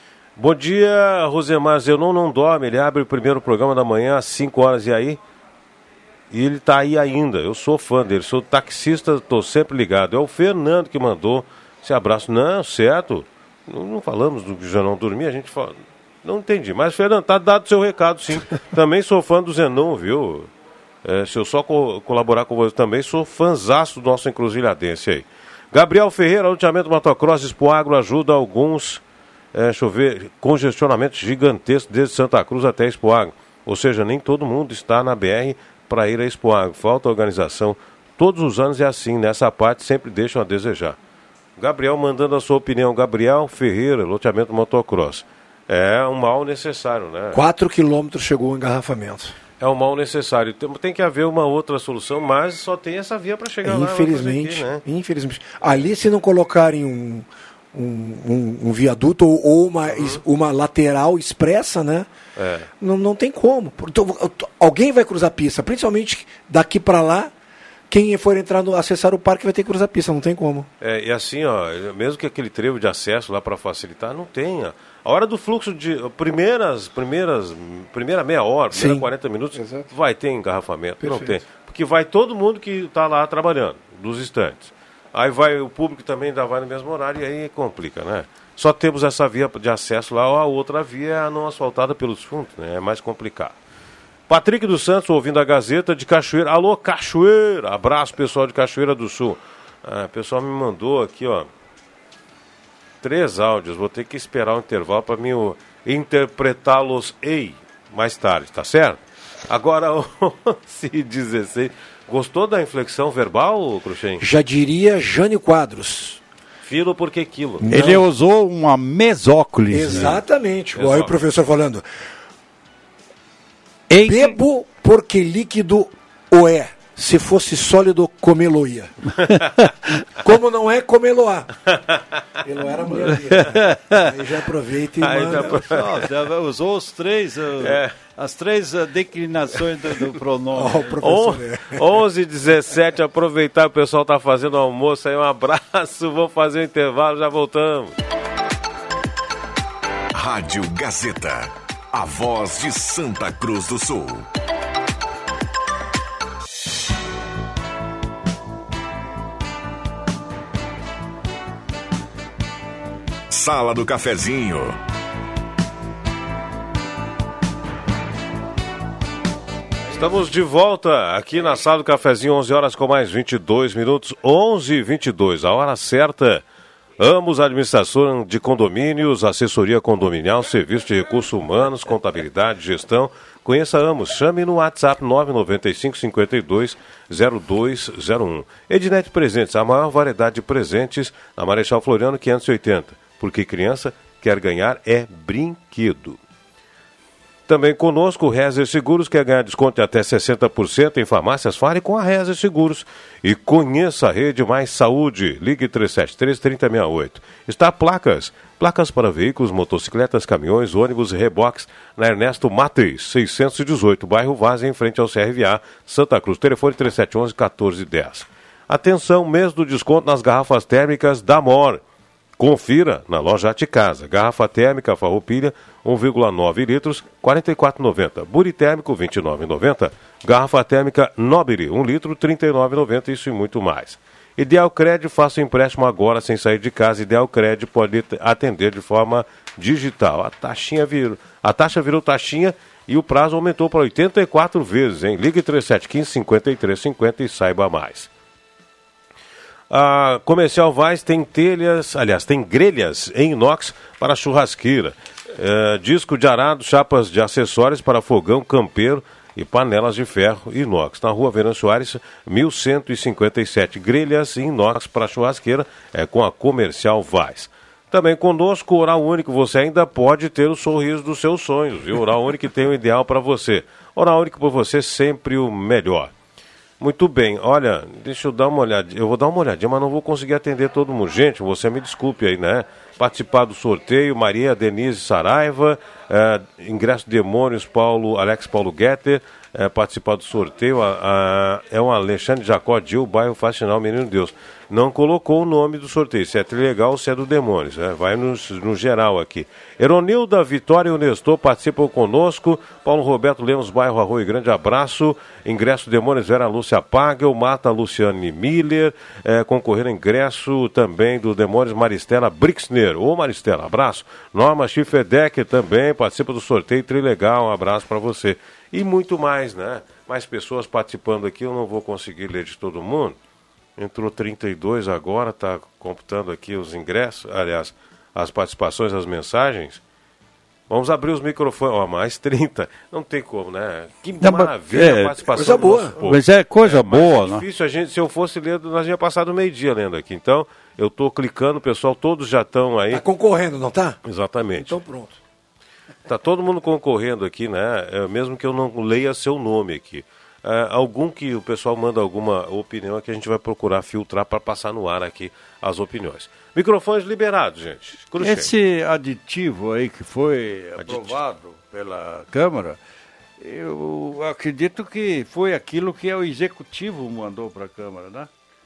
Bom dia, Rosemar. Zenon não dorme, ele abre o primeiro programa da manhã às 5 horas e aí? E ele tá aí ainda. Eu sou fã dele, sou taxista, tô sempre ligado. É o Fernando que mandou esse abraço. Não, certo. Não falamos do que já não dormia, a gente fala. Não entendi. Mas, Fernando, tá dado o seu recado, sim. Também sou fã do Zenon, viu? Se eu só colaborar com você também, sou fãzaço do nosso encruzilhadense aí. Gabriel Ferreira, loteamento Motocross Expo Agro ajuda alguns, deixa eu ver, congestionamento gigantesco desde Santa Cruz até Expo Agro. Ou seja, nem todo mundo está na BR para ir a Expo Agro. Falta organização. Todos os anos é assim, nessa parte sempre deixam a desejar. Gabriel mandando a sua opinião. Gabriel Ferreira, loteamento Motocross. É um mal necessário, né? 4 quilômetros chegou o engarrafamento. É um mal necessário. Tem que haver uma outra solução, mas só tem essa via para chegar lá. Infelizmente, aqui, né? Infelizmente. Ali, se não colocarem um viaduto ou uma lateral expressa, né? Não tem como. Alguém vai cruzar a pista, principalmente daqui para lá. Quem for acessar o parque vai ter que cruzar a pista, não tem como. E assim, ó, mesmo que aquele trevo de acesso lá para facilitar, não tenha. A hora do fluxo de primeira meia hora, primeira 40 minutos, exato, vai ter engarrafamento. Perfeito. Não tem. Porque vai todo mundo que está lá trabalhando, dos estantes. Aí vai o público também ainda vai no mesmo horário e aí complica, né? Só temos essa via de acesso lá, a outra via é a não asfaltada pelos fundos, né? É mais complicado. Patrick dos Santos, ouvindo a Gazeta de Cachoeira. Alô, Cachoeira! Abraço, pessoal de Cachoeira do Sul. O pessoal me mandou aqui, ó, 3 áudios. Vou ter que esperar o intervalo para mim interpretá-los mais tarde, tá certo? Agora, 11h16. Gostou da inflexão verbal, Cruxem? Já diria Jânio Quadros. Filo porque quilo. Não. Ele usou uma mesóclise. Exatamente. Né? Olha o professor falando. Bebo porque líquido o é. Se fosse sólido, comê-lo-ia. Como não é, comê-lo-á. Ele era mulher dele. Aí já aproveita e manda. Usou as 3 declinações do pronome. 11h17, aproveitar, o pessoal está fazendo almoço aí, um abraço, vou fazer o intervalo, já voltamos. Rádio Gazeta, a voz de Santa Cruz do Sul. Sala do Cafezinho. Estamos de volta aqui na Sala do Cafezinho, 11 horas com mais 22 minutos, 11h22, a hora certa. Amos Administração de Condomínios, assessoria condominial, serviço de recursos humanos, contabilidade, gestão. Conheça Amos, chame no WhatsApp 995-520201. Ednet Presentes, a maior variedade de presentes na Marechal Floriano 580. Porque criança quer ganhar é brinquedo. Também conosco o Rezer Seguros, quer ganhar desconto de até 60% em farmácias. Fale com a Rezer Seguros e conheça a Rede Mais Saúde. Ligue 373-3068. Está Placas para veículos, motocicletas, caminhões, ônibus e reboques na Ernesto Matriz, 618, bairro Vaz, em frente ao CRVA, Santa Cruz. Telefone 3711-1410. Atenção, mês do desconto nas garrafas térmicas da Mor. Confira na loja Aticasa. Garrafa térmica Farroupilha, 1,9 litros, R$ 44,90. Buri térmico, R$ 29,90. Garrafa térmica Nobile, 1 litro, R$ 39,90. Isso e muito mais. Ideal Cred, faça o empréstimo agora sem sair de casa. Ideal Cred pode atender de forma digital. A taxa virou taxinha e o prazo aumentou para 84 vezes, hein? Ligue 3715-5350 e saiba mais. A Comercial Vaz tem tem grelhas em inox para churrasqueira, disco de arado, chapas de acessórios para fogão campeiro e panelas de ferro inox. Na rua Verão Soares, 1157, grelhas em inox para churrasqueira com a Comercial Vaz. Também conosco, Oral Único, você ainda pode ter o sorriso dos seus sonhos, viu? Oral Único tem o ideal para você. Oral Único para você, sempre o melhor. Muito bem, olha, deixa eu dar uma olhadinha, eu vou dar uma olhadinha, mas não vou conseguir atender todo mundo. Gente, você me desculpe aí, né? Participar do sorteio, Maria Denise Saraiva, Ingresso Demônios, Alex Paulo Guetter, participar do sorteio. É um Alexandre Jacó Dil, bairro Faxinal Menino Deus. Não colocou o nome do sorteio, se é Trilegal ou se é do Demônios, vai no geral aqui. Eronilda, Vitória e o Nestor participam conosco. Paulo Roberto Lemos, bairro Arroio Grande, abraço. Ingresso Demônios, Vera Lúcia Pagel, Mata Luciane Miller, concorrendo ingresso também do Demônios, Maristela Brixner. Ô Maristela, abraço. Norma Schifferdecker também participa do sorteio Trilegal, um abraço para você. E muito mais, né? Mais pessoas participando aqui, eu não vou conseguir ler de todo mundo. Entrou 32 agora, está computando aqui os ingressos, aliás, as participações, as mensagens. Vamos abrir os microfones, mais 30. Não tem como, né? Que maravilha a participação. Coisa boa. Mas é coisa boa, né? Difícil, se eu fosse ler, nós ia passar do meio-dia lendo aqui. Então, eu estou clicando, pessoal, todos já estão aí. Está concorrendo, não está? Exatamente. Então pronto. Está todo mundo concorrendo aqui, né? Mesmo que eu não leia seu nome aqui. Algum que o pessoal manda alguma opinião que a gente vai procurar filtrar para passar no ar aqui as opiniões. Microfones liberados, gente. Cruxem. Esse aditivo aí que foi aprovado pela Câmara, eu acredito que foi aquilo que o Executivo mandou para a Câmara, né?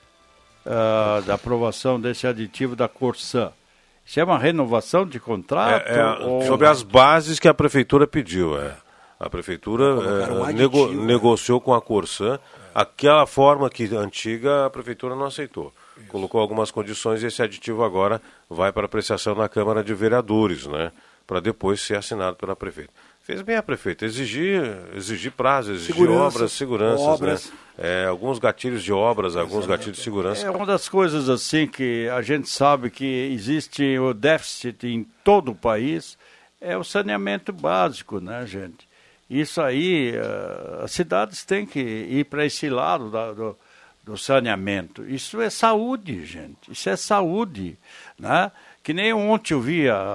Da aprovação desse aditivo da Corsã. Isso é uma renovação de contrato? Sobre as bases que a Prefeitura pediu, A Prefeitura negociou com a Corsã aquela forma que antiga a Prefeitura não aceitou. Isso. Colocou algumas condições e esse aditivo agora vai para apreciação na Câmara de Vereadores, né? Para depois ser assinado pela Prefeita. Fez bem a Prefeita, exigir prazo, exigir seguranças, né? Alguns gatilhos de obras, alguns gatilhos de segurança. É uma das coisas assim que a gente sabe que existe o déficit em todo o país, é o saneamento básico, né, gente? Isso aí, as cidades têm que ir para esse lado do saneamento. Isso é saúde, gente. Isso é saúde, né? Que nem ontem eu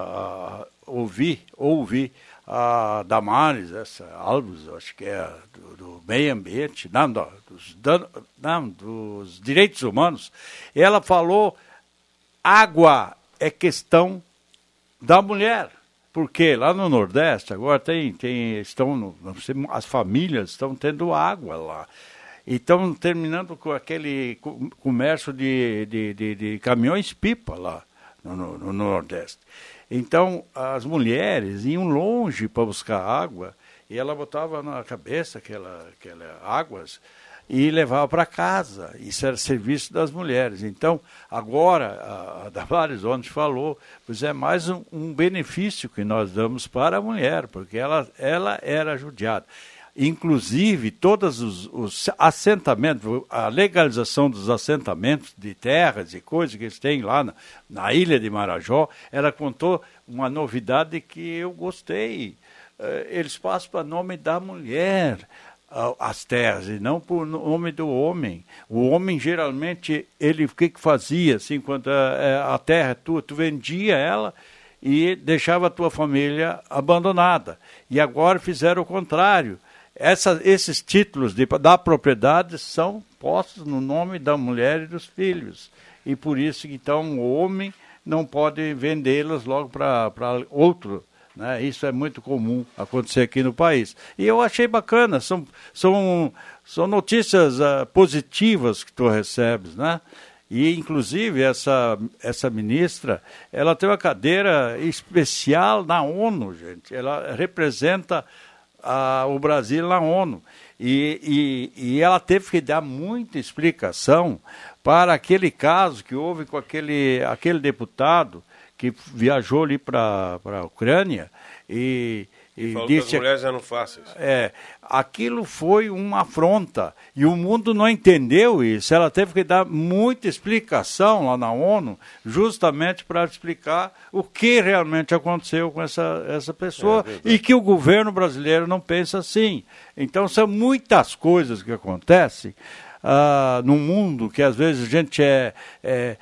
ouvi a Damares, essa Alves, acho que é do meio ambiente, dos direitos humanos. Ela falou, água é questão da mulher. Porque lá no Nordeste agora as famílias estão tendo água lá. E estão terminando com aquele comércio de caminhões-pipa lá no Nordeste. Então, as mulheres iam longe para buscar água e ela botava na cabeça aquelas águas e levava para casa. Isso era serviço das mulheres. Então, agora, a Damares ontem falou, pois é mais um benefício que nós damos para a mulher, porque ela era judiada. Inclusive, todos os assentamentos, a legalização dos assentamentos de terras e coisas que eles têm lá na ilha de Marajó, ela contou uma novidade que eu gostei. Eles passam para nome da mulher as terras e não por nome do homem. O homem, geralmente, ele o que fazia? Assim, quando a terra é tua, tu vendia ela e deixava a tua família abandonada. E agora fizeram o contrário. Esses títulos da propriedade são postos no nome da mulher e dos filhos. E por isso, então, o homem não pode vendê-las logo para outro. Né? Isso é muito comum acontecer aqui no país. E eu achei bacana, são notícias positivas que tu recebes, né? E, inclusive, essa ministra, ela tem uma cadeira especial na ONU, gente. Ela representa o Brasil na ONU. E ela teve que dar muita explicação para aquele caso que houve com aquele deputado que viajou ali para a Ucrânia e falou disse que as mulheres eram fáceis. Aquilo foi uma afronta e o mundo não entendeu isso. Ela teve que dar muita explicação lá na ONU, justamente para explicar o que realmente aconteceu com essa pessoa e que o governo brasileiro não pensa assim. Então são muitas coisas que acontecem no mundo que às vezes a gente é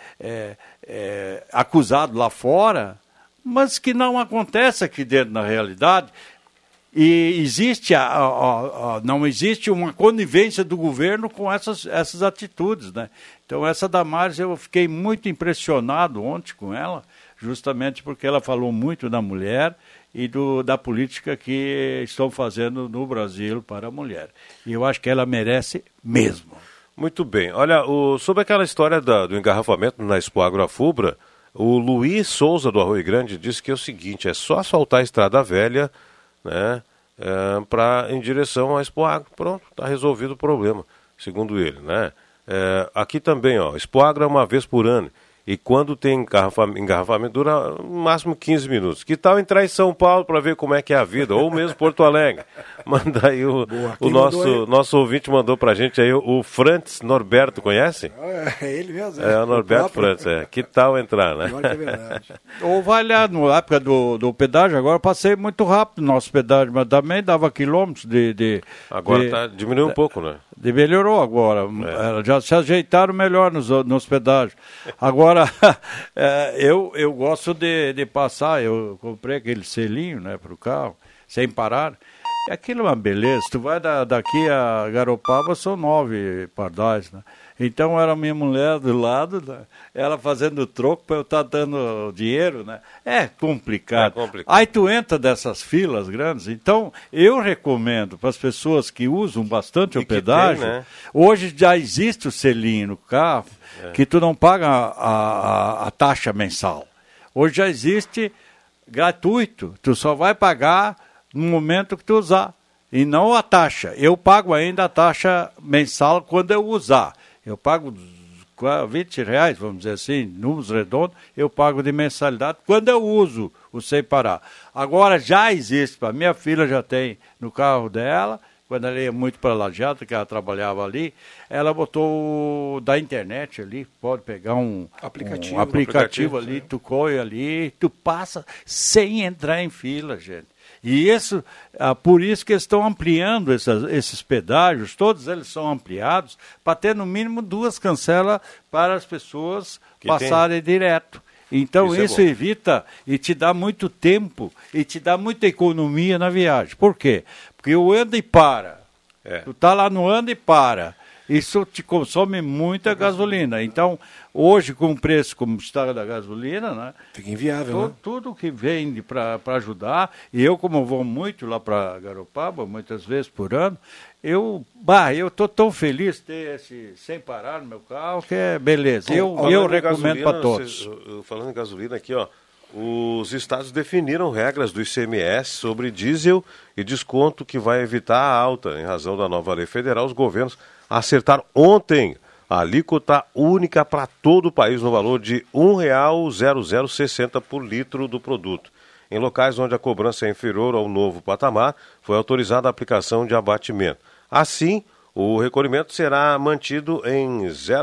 acusado lá fora, mas que não acontece aqui dentro na realidade. E existe não existe uma conivência do governo com essas atitudes, né? Então essa Damares, eu fiquei muito impressionado ontem com ela, justamente porque ela falou muito da mulher e da política que estão fazendo no Brasil para a mulher. E eu acho que ela merece mesmo. Muito bem. Olha, sobre aquela história do engarrafamento na Expo Agrofubra, o Luiz Souza do Arroio Grande disse que é o seguinte, é só asfaltar a Estrada Velha, né, em direção à Expo Agro. Pronto, está resolvido o problema, segundo ele, né? Aqui também, Expo Agro é uma vez por ano. E quando tem engarrafamento, dura no máximo 15 minutos. Que tal entrar em São Paulo para ver como é que é a vida? Ou mesmo Porto Alegre. Manda aí o nosso ouvinte mandou para a gente aí o Frantz Norberto, conhece? É ele mesmo. É o Norberto Frantz, Que tal entrar, né? Pior que é verdade. Ou vai lá, na época do pedágio, agora eu passei muito rápido no nosso pedágio, mas também dava quilômetros Agora diminuiu um pouco, né? Melhorou agora, já se ajeitaram melhor nos pedágios. Agora, eu gosto de passar, eu comprei aquele selinho, né, para o carro, sem parar. E aquilo é uma beleza, tu vai daqui a Garopaba, são 9 pardais, né? Então era minha mulher do lado, né? Ela fazendo troco para eu estar dando dinheiro, né? É complicado. Aí tu entra dessas filas grandes, então eu recomendo para as pessoas que usam bastante o pedágio, né? Hoje já existe o selinho no carro, que tu não paga a taxa mensal. Hoje já existe gratuito, tu só vai pagar no momento que tu usar, e não a taxa. Eu pago ainda a taxa mensal quando eu usar. Eu pago R$20, vamos dizer assim, números redondos, eu pago de mensalidade quando eu uso o sem parar. Agora já existe, a minha filha já tem no carro dela, quando ela ia muito para Lajeado, que ela trabalhava ali, ela botou da internet ali, pode pegar um aplicativo ali, tu corre ali, tu passa sem entrar em fila, gente. E isso, por isso que eles estão ampliando esses pedágios, todos eles são ampliados, para ter no mínimo 2 cancelas para as pessoas passarem direto. Então isso evita e te dá muito tempo e te dá muita economia na viagem. Por quê? Porque o anda e para. Tu está lá no anda e para. Isso te consome muita gasolina. Então, hoje, com o preço como está da gasolina, né? Fica inviável, né? Tudo que vem para ajudar, e eu, como vou muito lá para Garopaba, muitas vezes por ano, eu estou tão feliz de ter esse sem parar no meu carro, que é beleza. Eu recomendo para todos. Falando em gasolina aqui, os estados definiram regras do ICMS sobre diesel e desconto que vai evitar a alta. Em razão da nova lei federal, os governos acertaram ontem a alíquota única para todo o país no valor de R$ 1,0060 por litro do produto. Em locais onde a cobrança é inferior ao novo patamar, foi autorizada a aplicação de abatimento. Assim, o recolhimento será mantido em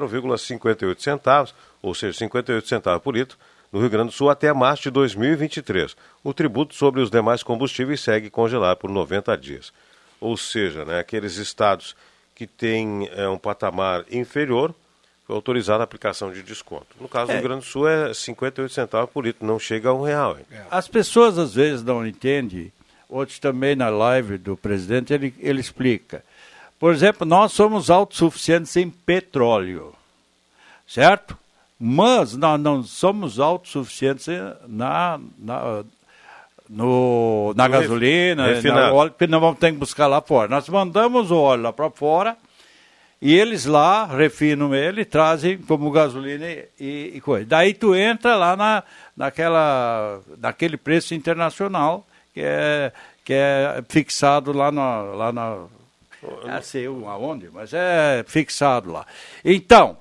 0,58 centavos, ou seja, 58 centavos por litro, no Rio Grande do Sul até março de 2023. O tributo sobre os demais combustíveis segue congelado por 90 dias. Ou seja, aqueles estados que têm um patamar inferior, foi autorizada a aplicação de desconto. No caso do Rio Grande do Sul é 58 centavos por litro, não chega a R$1. As pessoas às vezes não entendem, outros também na live do presidente, ele explica. Por exemplo, nós somos autossuficientes em petróleo, certo? Mas nós não somos autossuficientes na gasolina, no óleo, porque nós vamos ter que buscar lá fora. Nós mandamos o óleo lá para fora e eles lá refinam ele, trazem como gasolina e coisa. Daí tu entra lá naquele preço internacional que é fixado lá na sei aonde, mas é fixado lá. Então,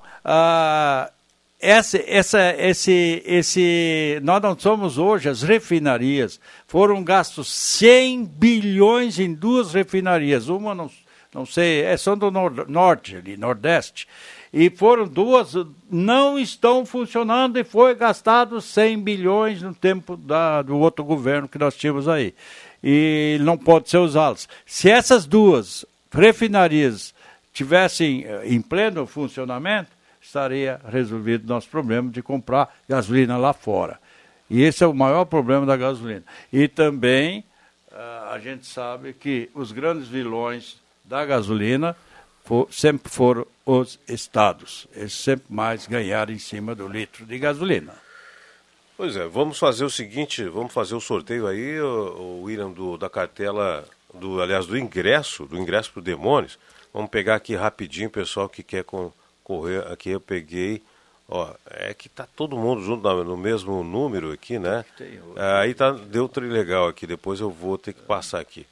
nós não somos hoje, as refinarias, foram gastos 100 bilhões em 2 refinarias, uma não sei, são do norte ali, nordeste, e foram 2, não estão funcionando e foi gastado 100 bilhões no tempo do outro governo que nós tínhamos aí, e não pode ser usadas. Se essas 2 refinarias tivessem em pleno funcionamento, estaria resolvido o nosso problema de comprar gasolina lá fora. E esse é o maior problema da gasolina. E também a gente sabe que os grandes vilões da gasolina sempre foram os estados. Eles sempre mais ganharam em cima do litro de gasolina. Pois é, vamos fazer o seguinte, vamos fazer o sorteio aí, o William, da cartela, do ingresso pro Demônios. Vamos pegar aqui rapidinho, pessoal que quer correr aqui, eu peguei, ó, é que tá todo mundo junto no mesmo número aqui, né? Aí deu trilegal aqui, depois eu vou ter que passar aqui.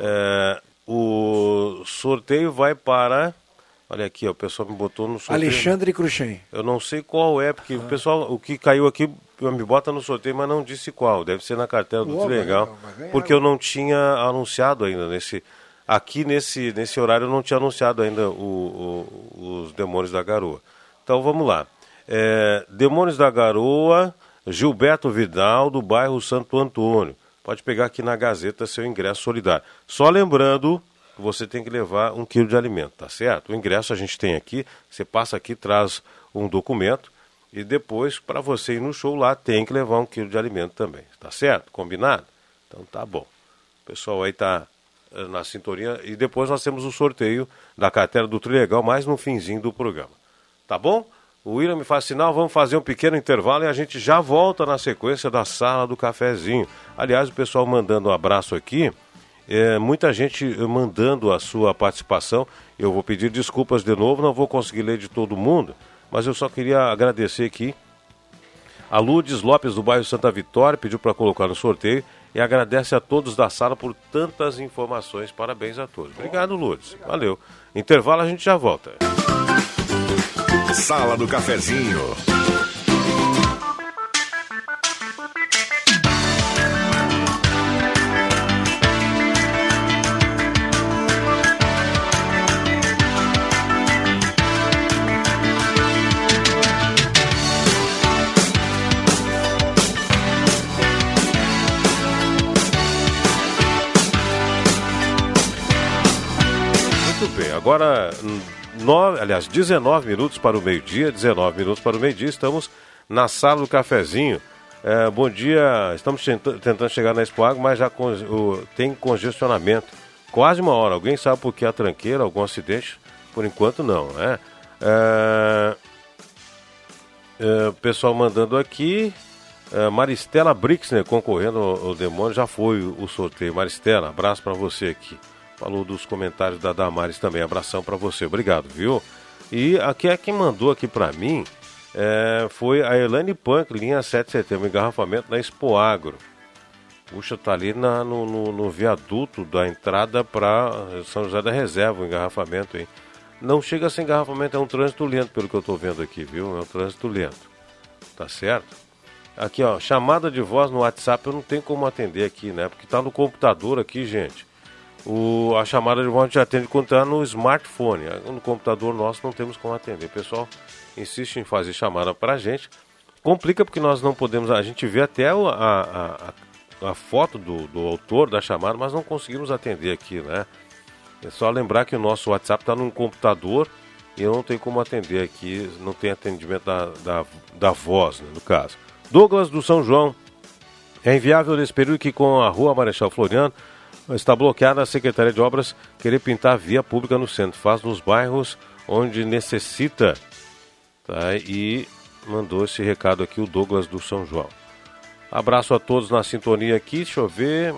O sorteio vai para... Olha aqui, ó, o pessoal me botou no sorteio. Alexandre Cruxem. Eu não sei qual é, porque o pessoal, o que caiu aqui, me bota no sorteio, mas não disse qual. Deve ser na cartela do Trilegal, porque eu não tinha anunciado ainda aqui nesse horário eu não tinha anunciado ainda os Demônios da Garoa. Então vamos lá. Demônios da Garoa, Gilberto Vidal, do bairro Santo Antônio. Pode pegar aqui na Gazeta seu ingresso solidário. Só lembrando... você tem que levar 1 quilo de alimento, tá certo? O ingresso a gente tem aqui, você passa aqui, traz um documento e depois, para você ir no show lá, tem que levar 1 quilo de alimento também, tá certo? Combinado? Então tá bom. O pessoal aí tá na sintonia e depois nós temos o sorteio da cartela do Trilegal mais no finzinho do programa. Tá bom? O William me faz sinal, vamos fazer um pequeno intervalo e a gente já volta na sequência da Sala do Cafezinho. Aliás, o pessoal mandando um abraço aqui. Muita gente mandando a sua participação. Eu vou pedir desculpas de novo, não vou conseguir ler de todo mundo, mas eu só queria agradecer aqui a Lourdes Lopes do bairro Santa Vitória, pediu para colocar no sorteio e agradece a todos da sala por tantas informações. Parabéns a todos. Obrigado, Lourdes. Valeu. Intervalo, a gente já volta. Sala do Cafezinho. Agora, 19 minutos para o meio-dia, 19 minutos para o meio-dia, estamos na Sala do Cafezinho. Bom dia, estamos tentando chegar na Expo Agro, mas já tem congestionamento. Quase uma hora. Alguém sabe por que a tranqueira, algum acidente? Por enquanto não, né? Pessoal mandando aqui, Maristela Brixner concorrendo ao Demônio, já foi o sorteio. Maristela, abraço para você aqui. Falou dos comentários da Damares também. Abração para você. Obrigado, viu? E aqui quem mandou aqui para mim foi a Elane Punk, linha 7 de setembro, engarrafamento na Expo Agro. Puxa, tá ali no viaduto da entrada para São José da Reserva, o engarrafamento, hein? Não chega a ser engarrafamento, é um trânsito lento, pelo que eu tô vendo aqui, viu? É um trânsito lento. Tá certo? Aqui, ó, chamada de voz no WhatsApp eu não tenho como atender aqui, né? Porque tá no computador aqui, gente. A chamada de voz a gente atende quando está no smartphone. No computador nosso não temos como atender. O pessoal insiste em fazer chamada para a gente. Complica porque nós não podemos... A gente vê até a foto do autor da chamada, mas não conseguimos atender aqui, né? É só lembrar que o nosso WhatsApp está no computador e eu não tenho como atender aqui. Não tem atendimento da voz, né, no caso. Douglas do São João. É inviável nesse período que com a Rua Marechal Floriano está bloqueada a Secretaria de Obras querer pintar via pública no centro. Faz nos bairros onde necessita. Tá? E mandou esse recado aqui o Douglas do São João. Abraço a todos na sintonia aqui. Deixa eu ver.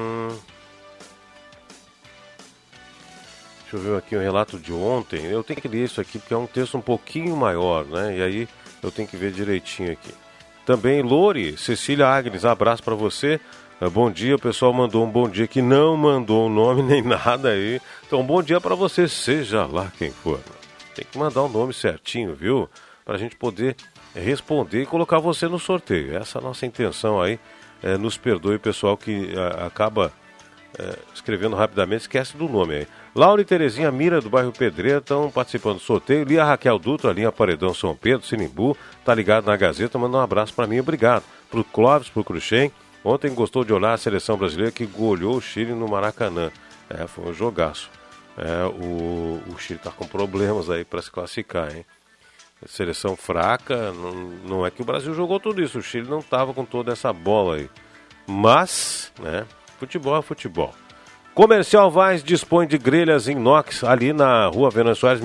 Deixa eu ver aqui o relato de ontem. Eu tenho que ler isso aqui porque é um texto um pouquinho maior, né? E aí eu tenho que ver direitinho aqui. Também Lore, Cecília Agnes, abraço para você. Bom dia, o pessoal mandou um bom dia que não mandou o nome nem nada aí. Então, bom dia para você, seja lá quem for. Tem que mandar o nome certinho, viu? Para a gente poder responder e colocar você no sorteio. Essa é a nossa intenção aí. Nos perdoe o pessoal que acaba escrevendo rapidamente, esquece do nome aí. Laura e Terezinha Mira, do bairro Pedreira, estão participando do sorteio. Lia Raquel Dutra, linha Paredão São Pedro, Sinimbu, tá ligado na Gazeta, manda um abraço para mim, obrigado. Pro Clóvis, pro Cruxem. Ontem gostou de olhar a seleção brasileira que goleou o Chile no Maracanã. Foi um jogaço. O Chile está com problemas aí para se classificar, hein? Seleção fraca, não é que o Brasil jogou tudo isso. O Chile não estava com toda essa bola aí. Mas, né? Futebol é futebol. Comercial Vaz dispõe de grelhas inox ali na Rua Venâncio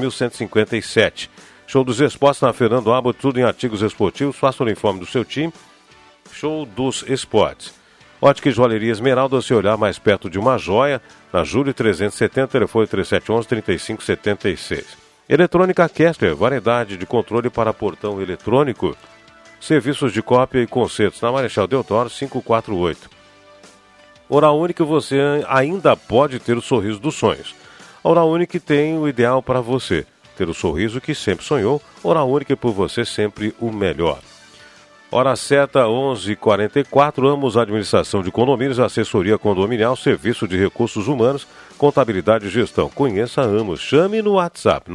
1157. Show dos Esportes na Fernando Abbott, tudo em artigos esportivos. Faça o uniforme do seu time. Show dos Esportes. Ótica e Joalheria Esmeralda, se olhar mais perto de uma joia, na Júlio 370, telefone 3711-3576. Eletrônica Kessler, variedade de controle para portão eletrônico. Serviços de cópia e concertos na Marechal Deodoro 548. Oral Unique, você ainda pode ter o sorriso dos sonhos. A Oral Unique tem o ideal para você. Ter o sorriso que sempre sonhou. Oral Unique, por você sempre o melhor. Hora certa, 11h44, Amos Administração de Condomínios, Assessoria Condominial, Serviço de Recursos Humanos, Contabilidade e Gestão. Conheça a Amos. Chame no WhatsApp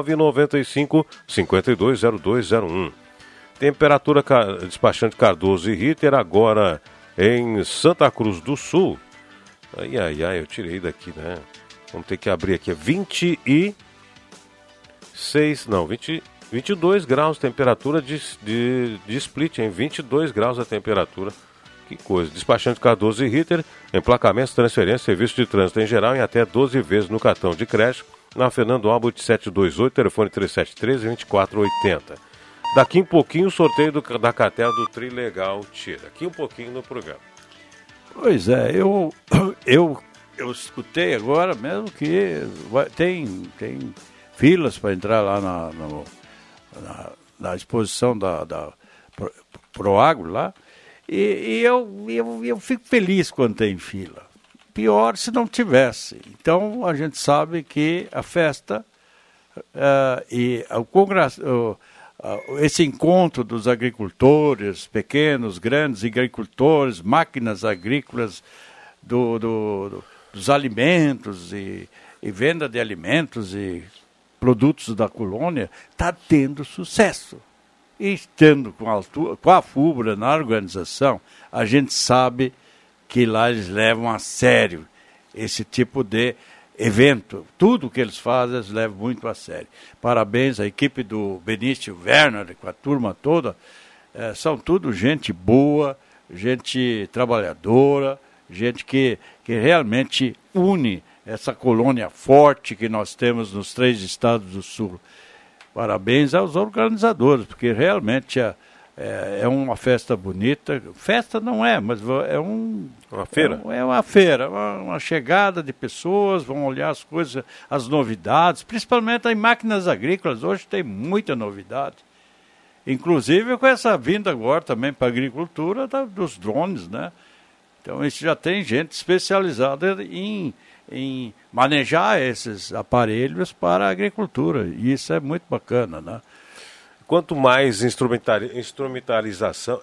995-520201. Temperatura despachante Cardoso e Ritter, agora em Santa Cruz do Sul. Ai, eu tirei daqui, né? Vamos ter que abrir aqui. 22 graus temperatura de split, em 22 graus a temperatura. Que coisa. Despachante Cardoso e Ritter, emplacamentos, transferência, serviço de trânsito em geral em até 12 vezes no cartão de crédito, na Fernando Albert 728, telefone 3713-2480. Daqui um pouquinho o sorteio da cartela do Trilegal Tia. Daqui um pouquinho no programa. Pois é, eu escutei agora mesmo que tem filas para entrar lá na exposição da Proagro lá, e eu fico feliz quando tem fila. Pior se não tivesse. Então a gente sabe que a festa e o congresso, esse encontro dos agricultores, pequenos, grandes agricultores, máquinas agrícolas, dos alimentos e venda de alimentos e produtos da colônia, está tendo sucesso. E estando com a FUBRA na organização, a gente sabe que lá eles levam a sério esse tipo de evento. Tudo que eles fazem, eles levam muito a sério. Parabéns à equipe do Benício Werner, com a turma toda. São tudo gente boa, gente trabalhadora, gente que realmente une essa colônia forte que nós temos nos 3 estados do Sul. Parabéns aos organizadores, porque realmente é uma festa bonita. Festa não é, mas é uma feira. É uma feira, uma chegada de pessoas, vão olhar as coisas, as novidades, principalmente em máquinas agrícolas. Hoje tem muita novidade. Inclusive com essa vinda agora também para a agricultura dos drones, né? Então isso já tem gente especializada em manejar esses aparelhos para a agricultura. E isso é muito bacana, né? Quanto mais instrumentalização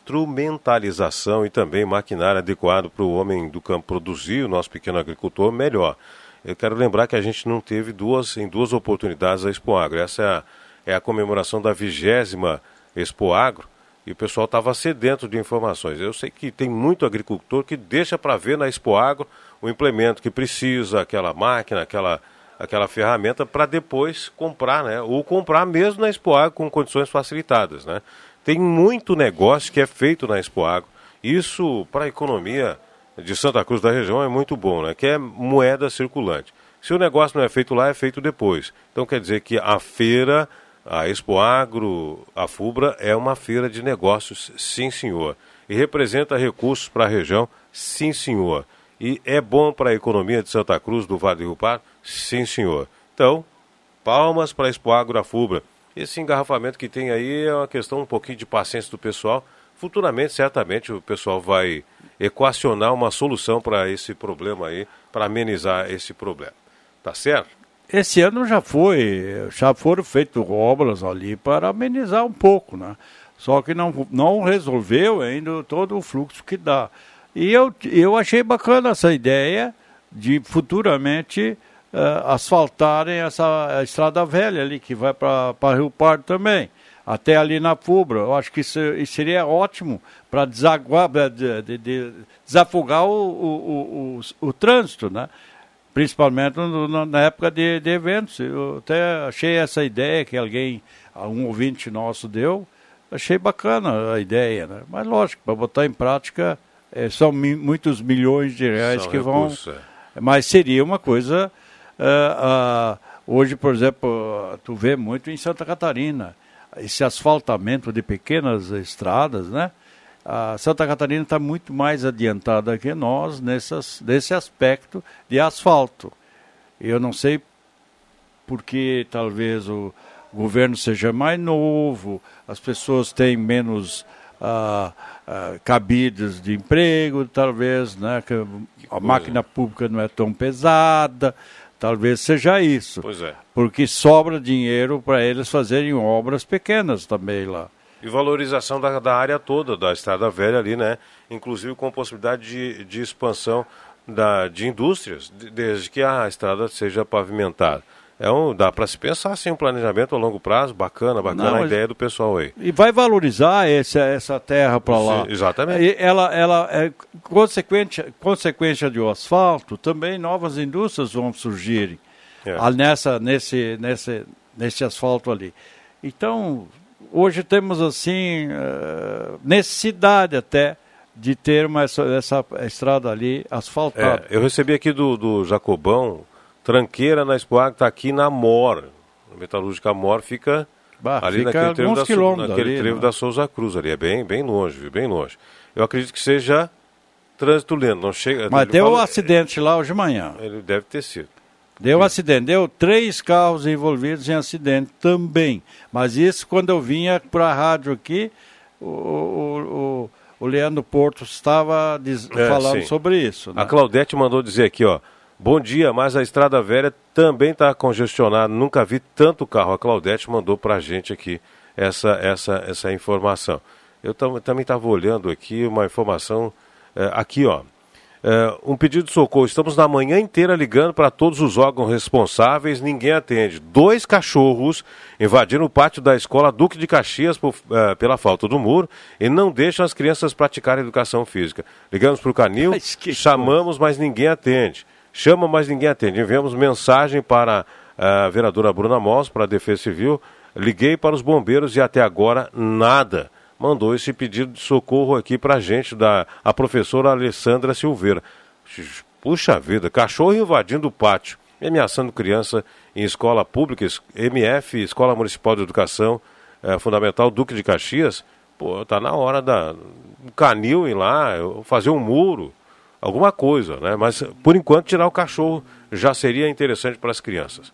e também maquinário adequado para o homem do campo produzir, o nosso pequeno agricultor, melhor. Eu quero lembrar que a gente não teve em duas oportunidades a Expo Agro. Essa é a comemoração da 20ª Expo Agro e o pessoal estava sedento de informações. Eu sei que tem muito agricultor que deixa para ver na Expo Agro o implemento que precisa, aquela máquina, aquela ferramenta para depois comprar, né? Ou comprar mesmo na Expo Agro com condições facilitadas, né? Tem muito negócio que é feito na Expo Agro. Isso para a economia de Santa Cruz da região é muito bom, né? Que é moeda circulante. Se o negócio não é feito lá, é feito depois. Então quer dizer que a feira, a Expo Agro, a FUBRA é uma feira de negócios, sim senhor. E representa recursos para a região, sim senhor. E é bom para a economia de Santa Cruz, do Vale do Rio Pardo? Sim, senhor. Então, palmas para a Expo Agro, a FUBRA. Esse engarrafamento que tem aí é uma questão um pouquinho de paciência do pessoal. Futuramente, certamente, o pessoal vai equacionar uma solução para esse problema aí, para amenizar esse problema. Tá certo? Esse ano já foram feitas obras ali para amenizar um pouco, né? Só que não resolveu ainda todo o fluxo que dá. E eu achei bacana essa ideia de futuramente asfaltarem essa estrada velha ali, que vai para Rio Pardo também, até ali na FUBRA. Eu acho que isso seria ótimo para desafogar o trânsito, né? Principalmente na época de eventos. Eu até achei essa ideia que um ouvinte nosso deu, achei bacana a ideia, né? Mas lógico, para botar em prática... são muitos milhões de reais que recursos, vão... Mas seria uma coisa... hoje, por exemplo, tu vê muito em Santa Catarina, esse asfaltamento de pequenas estradas, né? a Santa Catarina está muito mais adiantada que nós nesse aspecto de asfalto. Eu não sei porque talvez o governo seja mais novo, as pessoas têm menos cabides de emprego, talvez, né, que a máquina pública não é tão pesada, talvez seja isso. Pois é. Porque sobra dinheiro para eles fazerem obras pequenas também lá. E valorização da área toda, da Estrada Velha ali, né? Inclusive com possibilidade de expansão de indústrias, desde que a estrada seja pavimentada. Dá para se pensar assim, um planejamento a longo prazo, bacana a ideia do pessoal aí. E vai valorizar essa terra para lá. Sim, exatamente. E ela é consequência do asfalto, também novas indústrias vão surgirem nesse asfalto ali. Então, hoje temos assim, necessidade até de ter essa estrada ali asfaltada. Eu recebi aqui do Jacobão, tranqueira na Expoagro, está aqui na Mor. A metalúrgica Mor fica ali naquele trevo da Souza Cruz ali. É bem longe, bem longe. Eu acredito que seja trânsito lento. Não chega, mas deu um acidente lá hoje de manhã. Ele deve ter sido. Deu acidente, deu 3 carros envolvidos em acidente também. Mas isso, quando eu vinha para a rádio aqui, o Leandro Porto estava falando sobre isso. Né? A Claudete mandou dizer aqui, ó, bom dia, mas a Estrada Velha também está congestionada, nunca vi tanto carro. A Claudete mandou para a gente aqui essa informação. Eu também estava olhando aqui uma informação, aqui ó, um pedido de socorro, estamos na manhã inteira ligando para todos os órgãos responsáveis, ninguém atende. 2 cachorros invadiram o pátio da escola Duque de Caxias pela falta do muro e não deixam as crianças praticarem educação física. Ligamos para o Canil, chamamos, mas ninguém atende. Chama, mas ninguém atende. Enviamos mensagem para a vereadora Bruna Moss, para a Defesa Civil, liguei para os bombeiros e até agora nada. Mandou esse pedido de socorro aqui para a gente, a professora Alessandra Silveira. Puxa vida, cachorro invadindo o pátio, ameaçando criança em escola pública, MF, Escola Municipal de Educação Fundamental Duque de Caxias. Pô, tá na hora do Canil ir lá, fazer um muro, alguma coisa, né? Mas, por enquanto, tirar o cachorro já seria interessante para as crianças.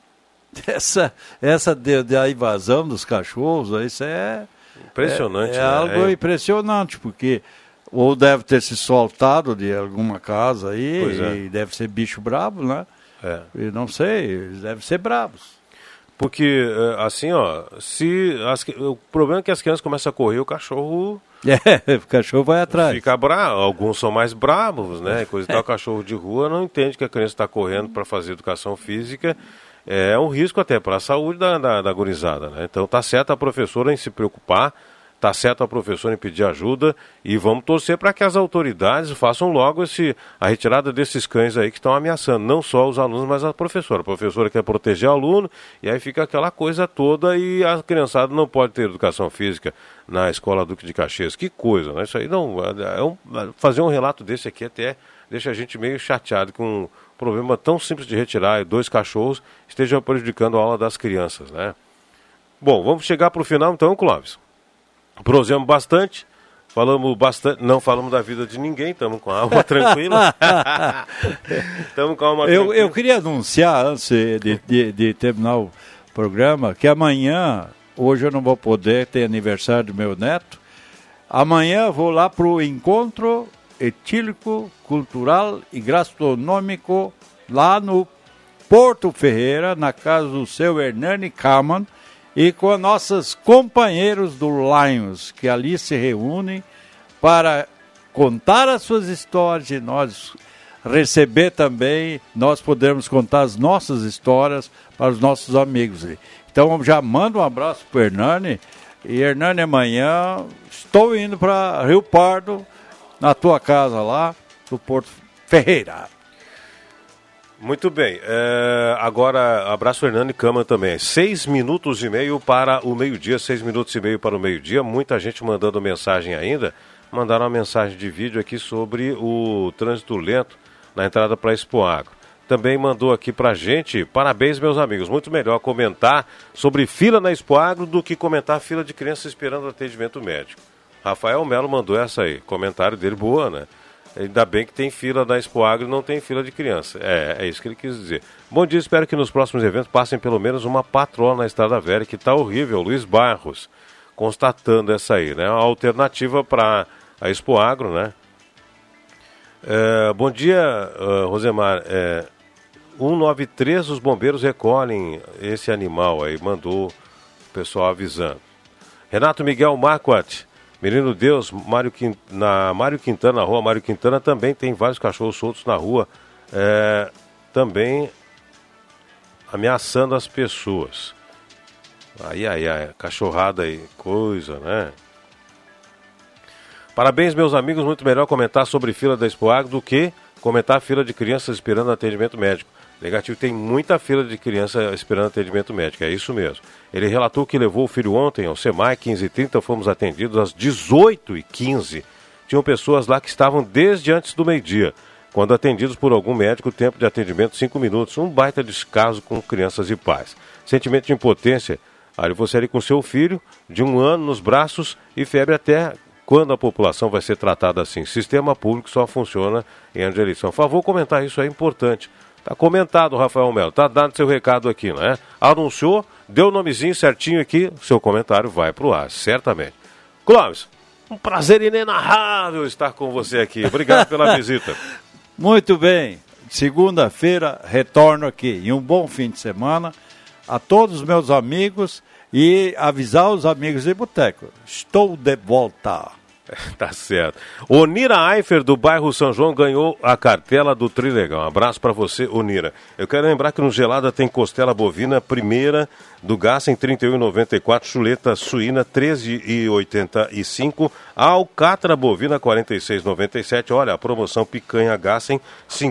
Essa da invasão dos cachorros, isso é... impressionante, né? Algo impressionante, porque ou deve ter se soltado de alguma casa aí, e deve ser bicho bravo, né? E não sei, eles devem ser bravos. Porque, assim, ó, o problema é que as crianças começam a correr, o cachorro... o cachorro vai atrás. Fica bravo, alguns são mais bravos, né? Coisa e tal, o cachorro de rua não entende que a criança está correndo para fazer educação física. É um risco até para a saúde da gurizada, né? Então tá certo a professora em se preocupar, tá certo a professora em pedir ajuda e vamos torcer para que as autoridades façam logo a retirada desses cães aí que estão ameaçando, não só os alunos, mas a professora. A professora quer proteger o aluno e aí fica aquela coisa toda e a criançada não pode ter educação física na Escola Duque de Caxias. Que coisa, né? Isso aí não... fazer um relato desse aqui até deixa a gente meio chateado com um problema tão simples de retirar 2 cachorros estejam prejudicando a aula das crianças, né? Bom, vamos chegar para o final então, Clóvis. Prosemos bastante, não falamos da vida de ninguém, estamos com a alma tranquila. Estamos com a alma tranquila. Eu queria anunciar, antes de terminar o programa, que amanhã, hoje eu não vou poder, ter aniversário do meu neto, amanhã eu vou lá para o encontro etílico, cultural e gastronômico lá no Porto Ferreira, na casa do seu Hernani Kaman, e com nossos companheiros do Lions, que ali se reúnem para contar as suas histórias e nós receber também, nós podermos contar as nossas histórias para os nossos amigos. Então já mando um abraço para o Hernani, e Hernani, amanhã estou indo para Rio Pardo, na tua casa lá, do Porto Ferreira. Muito bem. Agora, abraço Hernani Cama também. 6 minutos e meio para o meio-dia, 6 minutos e meio para o meio-dia. Muita gente mandando mensagem ainda. Mandaram uma mensagem de vídeo aqui sobre o trânsito lento na entrada para Expoagro. Também mandou aqui pra gente, parabéns meus amigos, muito melhor comentar sobre fila na Expoagro do que comentar fila de crianças esperando atendimento médico. Rafael Melo mandou essa aí. Comentário dele, boa, né? Ainda bem que tem fila da Expoagro e não tem fila de criança. É isso que ele quis dizer. Bom dia, espero que nos próximos eventos passem pelo menos uma patroa na Estrada Velha, que tá horrível. Luiz Barros, constatando essa aí, né? Uma alternativa para a Expoagro, né? Bom dia, Rosemar. 193, os bombeiros recolhem esse animal aí, mandou o pessoal avisando. Renato Miguel Marquardt, Menino Deus, na Mário Quintana, na rua Mário Quintana, também tem vários cachorros soltos na rua, também ameaçando as pessoas. Ai, cachorrada aí, coisa, né? Parabéns, meus amigos, muito melhor comentar sobre fila da Expoagro do que comentar fila de crianças esperando atendimento médico. Negativo, tem muita fila de criança esperando atendimento médico, é isso mesmo. Ele relatou que levou o filho ontem ao SEMAI, 15h30, fomos atendidos às 18h15. Tinham pessoas lá que estavam desde antes do meio-dia. Quando atendidos por algum médico, o tempo de atendimento 5 minutos. Um baita descaso com crianças e pais. Sentimento de impotência. Aí você ali com seu filho, de 1 ano nos braços e febre até quando a população vai ser tratada assim. Sistema público só funciona em ano de eleição. Por favor, comentar isso, é importante. Tá comentado, Rafael Melo. Tá dado seu recado aqui, não é? Anunciou, deu o nomezinho certinho aqui, seu comentário vai pro ar, certamente. Clóvis, um prazer inenarrável estar com você aqui. Obrigado pela visita. Muito bem. Segunda-feira, retorno aqui. E um bom fim de semana a todos os meus amigos e avisar os amigos de boteco. Estou de volta. Tá certo. Onira Eifer, do bairro São João, ganhou a cartela do Trilegal. Um abraço para você, Onira. Eu quero lembrar que no Gelada tem costela bovina primeira do Gás em R$ 31,94, chuleta suína R$ 13,85, alcatra bovina R$ 46,97. Olha, a promoção picanha Gás em R$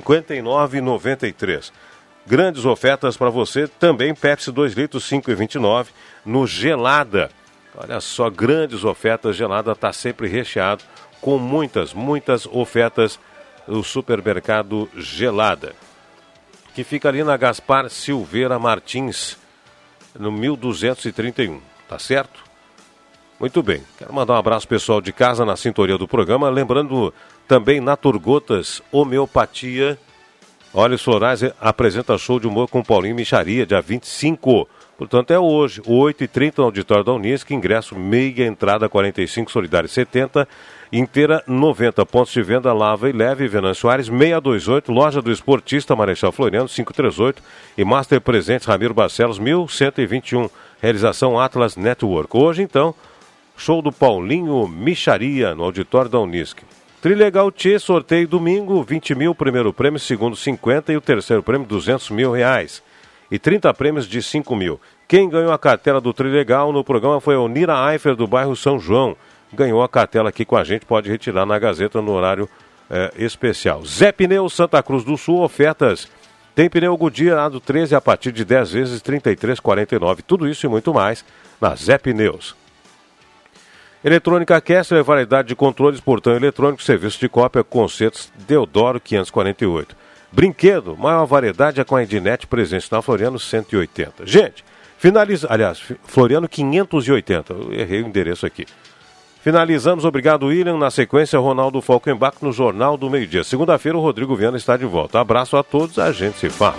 59,93. Grandes ofertas para você, também Pepsi 2 litros, R$ 5,29 no Gelada. Olha só, grandes ofertas, Gelada está sempre recheado com muitas ofertas do supermercado Gelada, que fica ali na Gaspar Silveira Martins, no 1231, tá certo? Muito bem, quero mandar um abraço pessoal de casa na sintonia do programa, lembrando também Naturgotas Homeopatia, Óleos Florais apresenta show de humor com Paulinho Micharia, dia 25. Portanto, é hoje, 8h30 no auditório da Unisc, ingresso meia entrada 45, solidário 70, inteira 90, pontos de venda Lava e Leve, Venâncio Soares, 628, loja do esportista Marechal Floriano, 538 e Master Presentes Ramiro Barcelos, 1121, realização Atlas Network. Hoje, então, show do Paulinho Micharia no auditório da Unisc. Trilegal Tchê, sorteio domingo, 20 mil, primeiro prêmio, segundo 50 e o terceiro prêmio, R$200 mil. E 30 prêmios de 5 mil. Quem ganhou a cartela do Trilegal no programa foi a Onira Eifer, do bairro São João. Ganhou a cartela aqui com a gente, pode retirar na Gazeta no horário especial. Zé Pneus, Santa Cruz do Sul, ofertas. Tem pneu Goodyear lá do 13 a partir de 10 vezes, R$ 33,49. Tudo isso e muito mais na Zé Pneus. Eletrônica Kessler, variedade de controles, portão eletrônico, serviço de cópia, concertos Deodoro 548. Brinquedo, maior variedade é com a Ednet, presente na Floriano 180. Gente, Floriano 580, eu errei o endereço aqui. Finalizamos, obrigado William, na sequência Ronaldo Falkenbach no Jornal do Meio Dia. Segunda-feira o Rodrigo Viana está de volta. Abraço a todos, a gente se fala.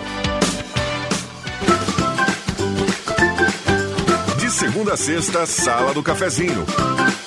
De segunda a sexta, Sala do Cafezinho.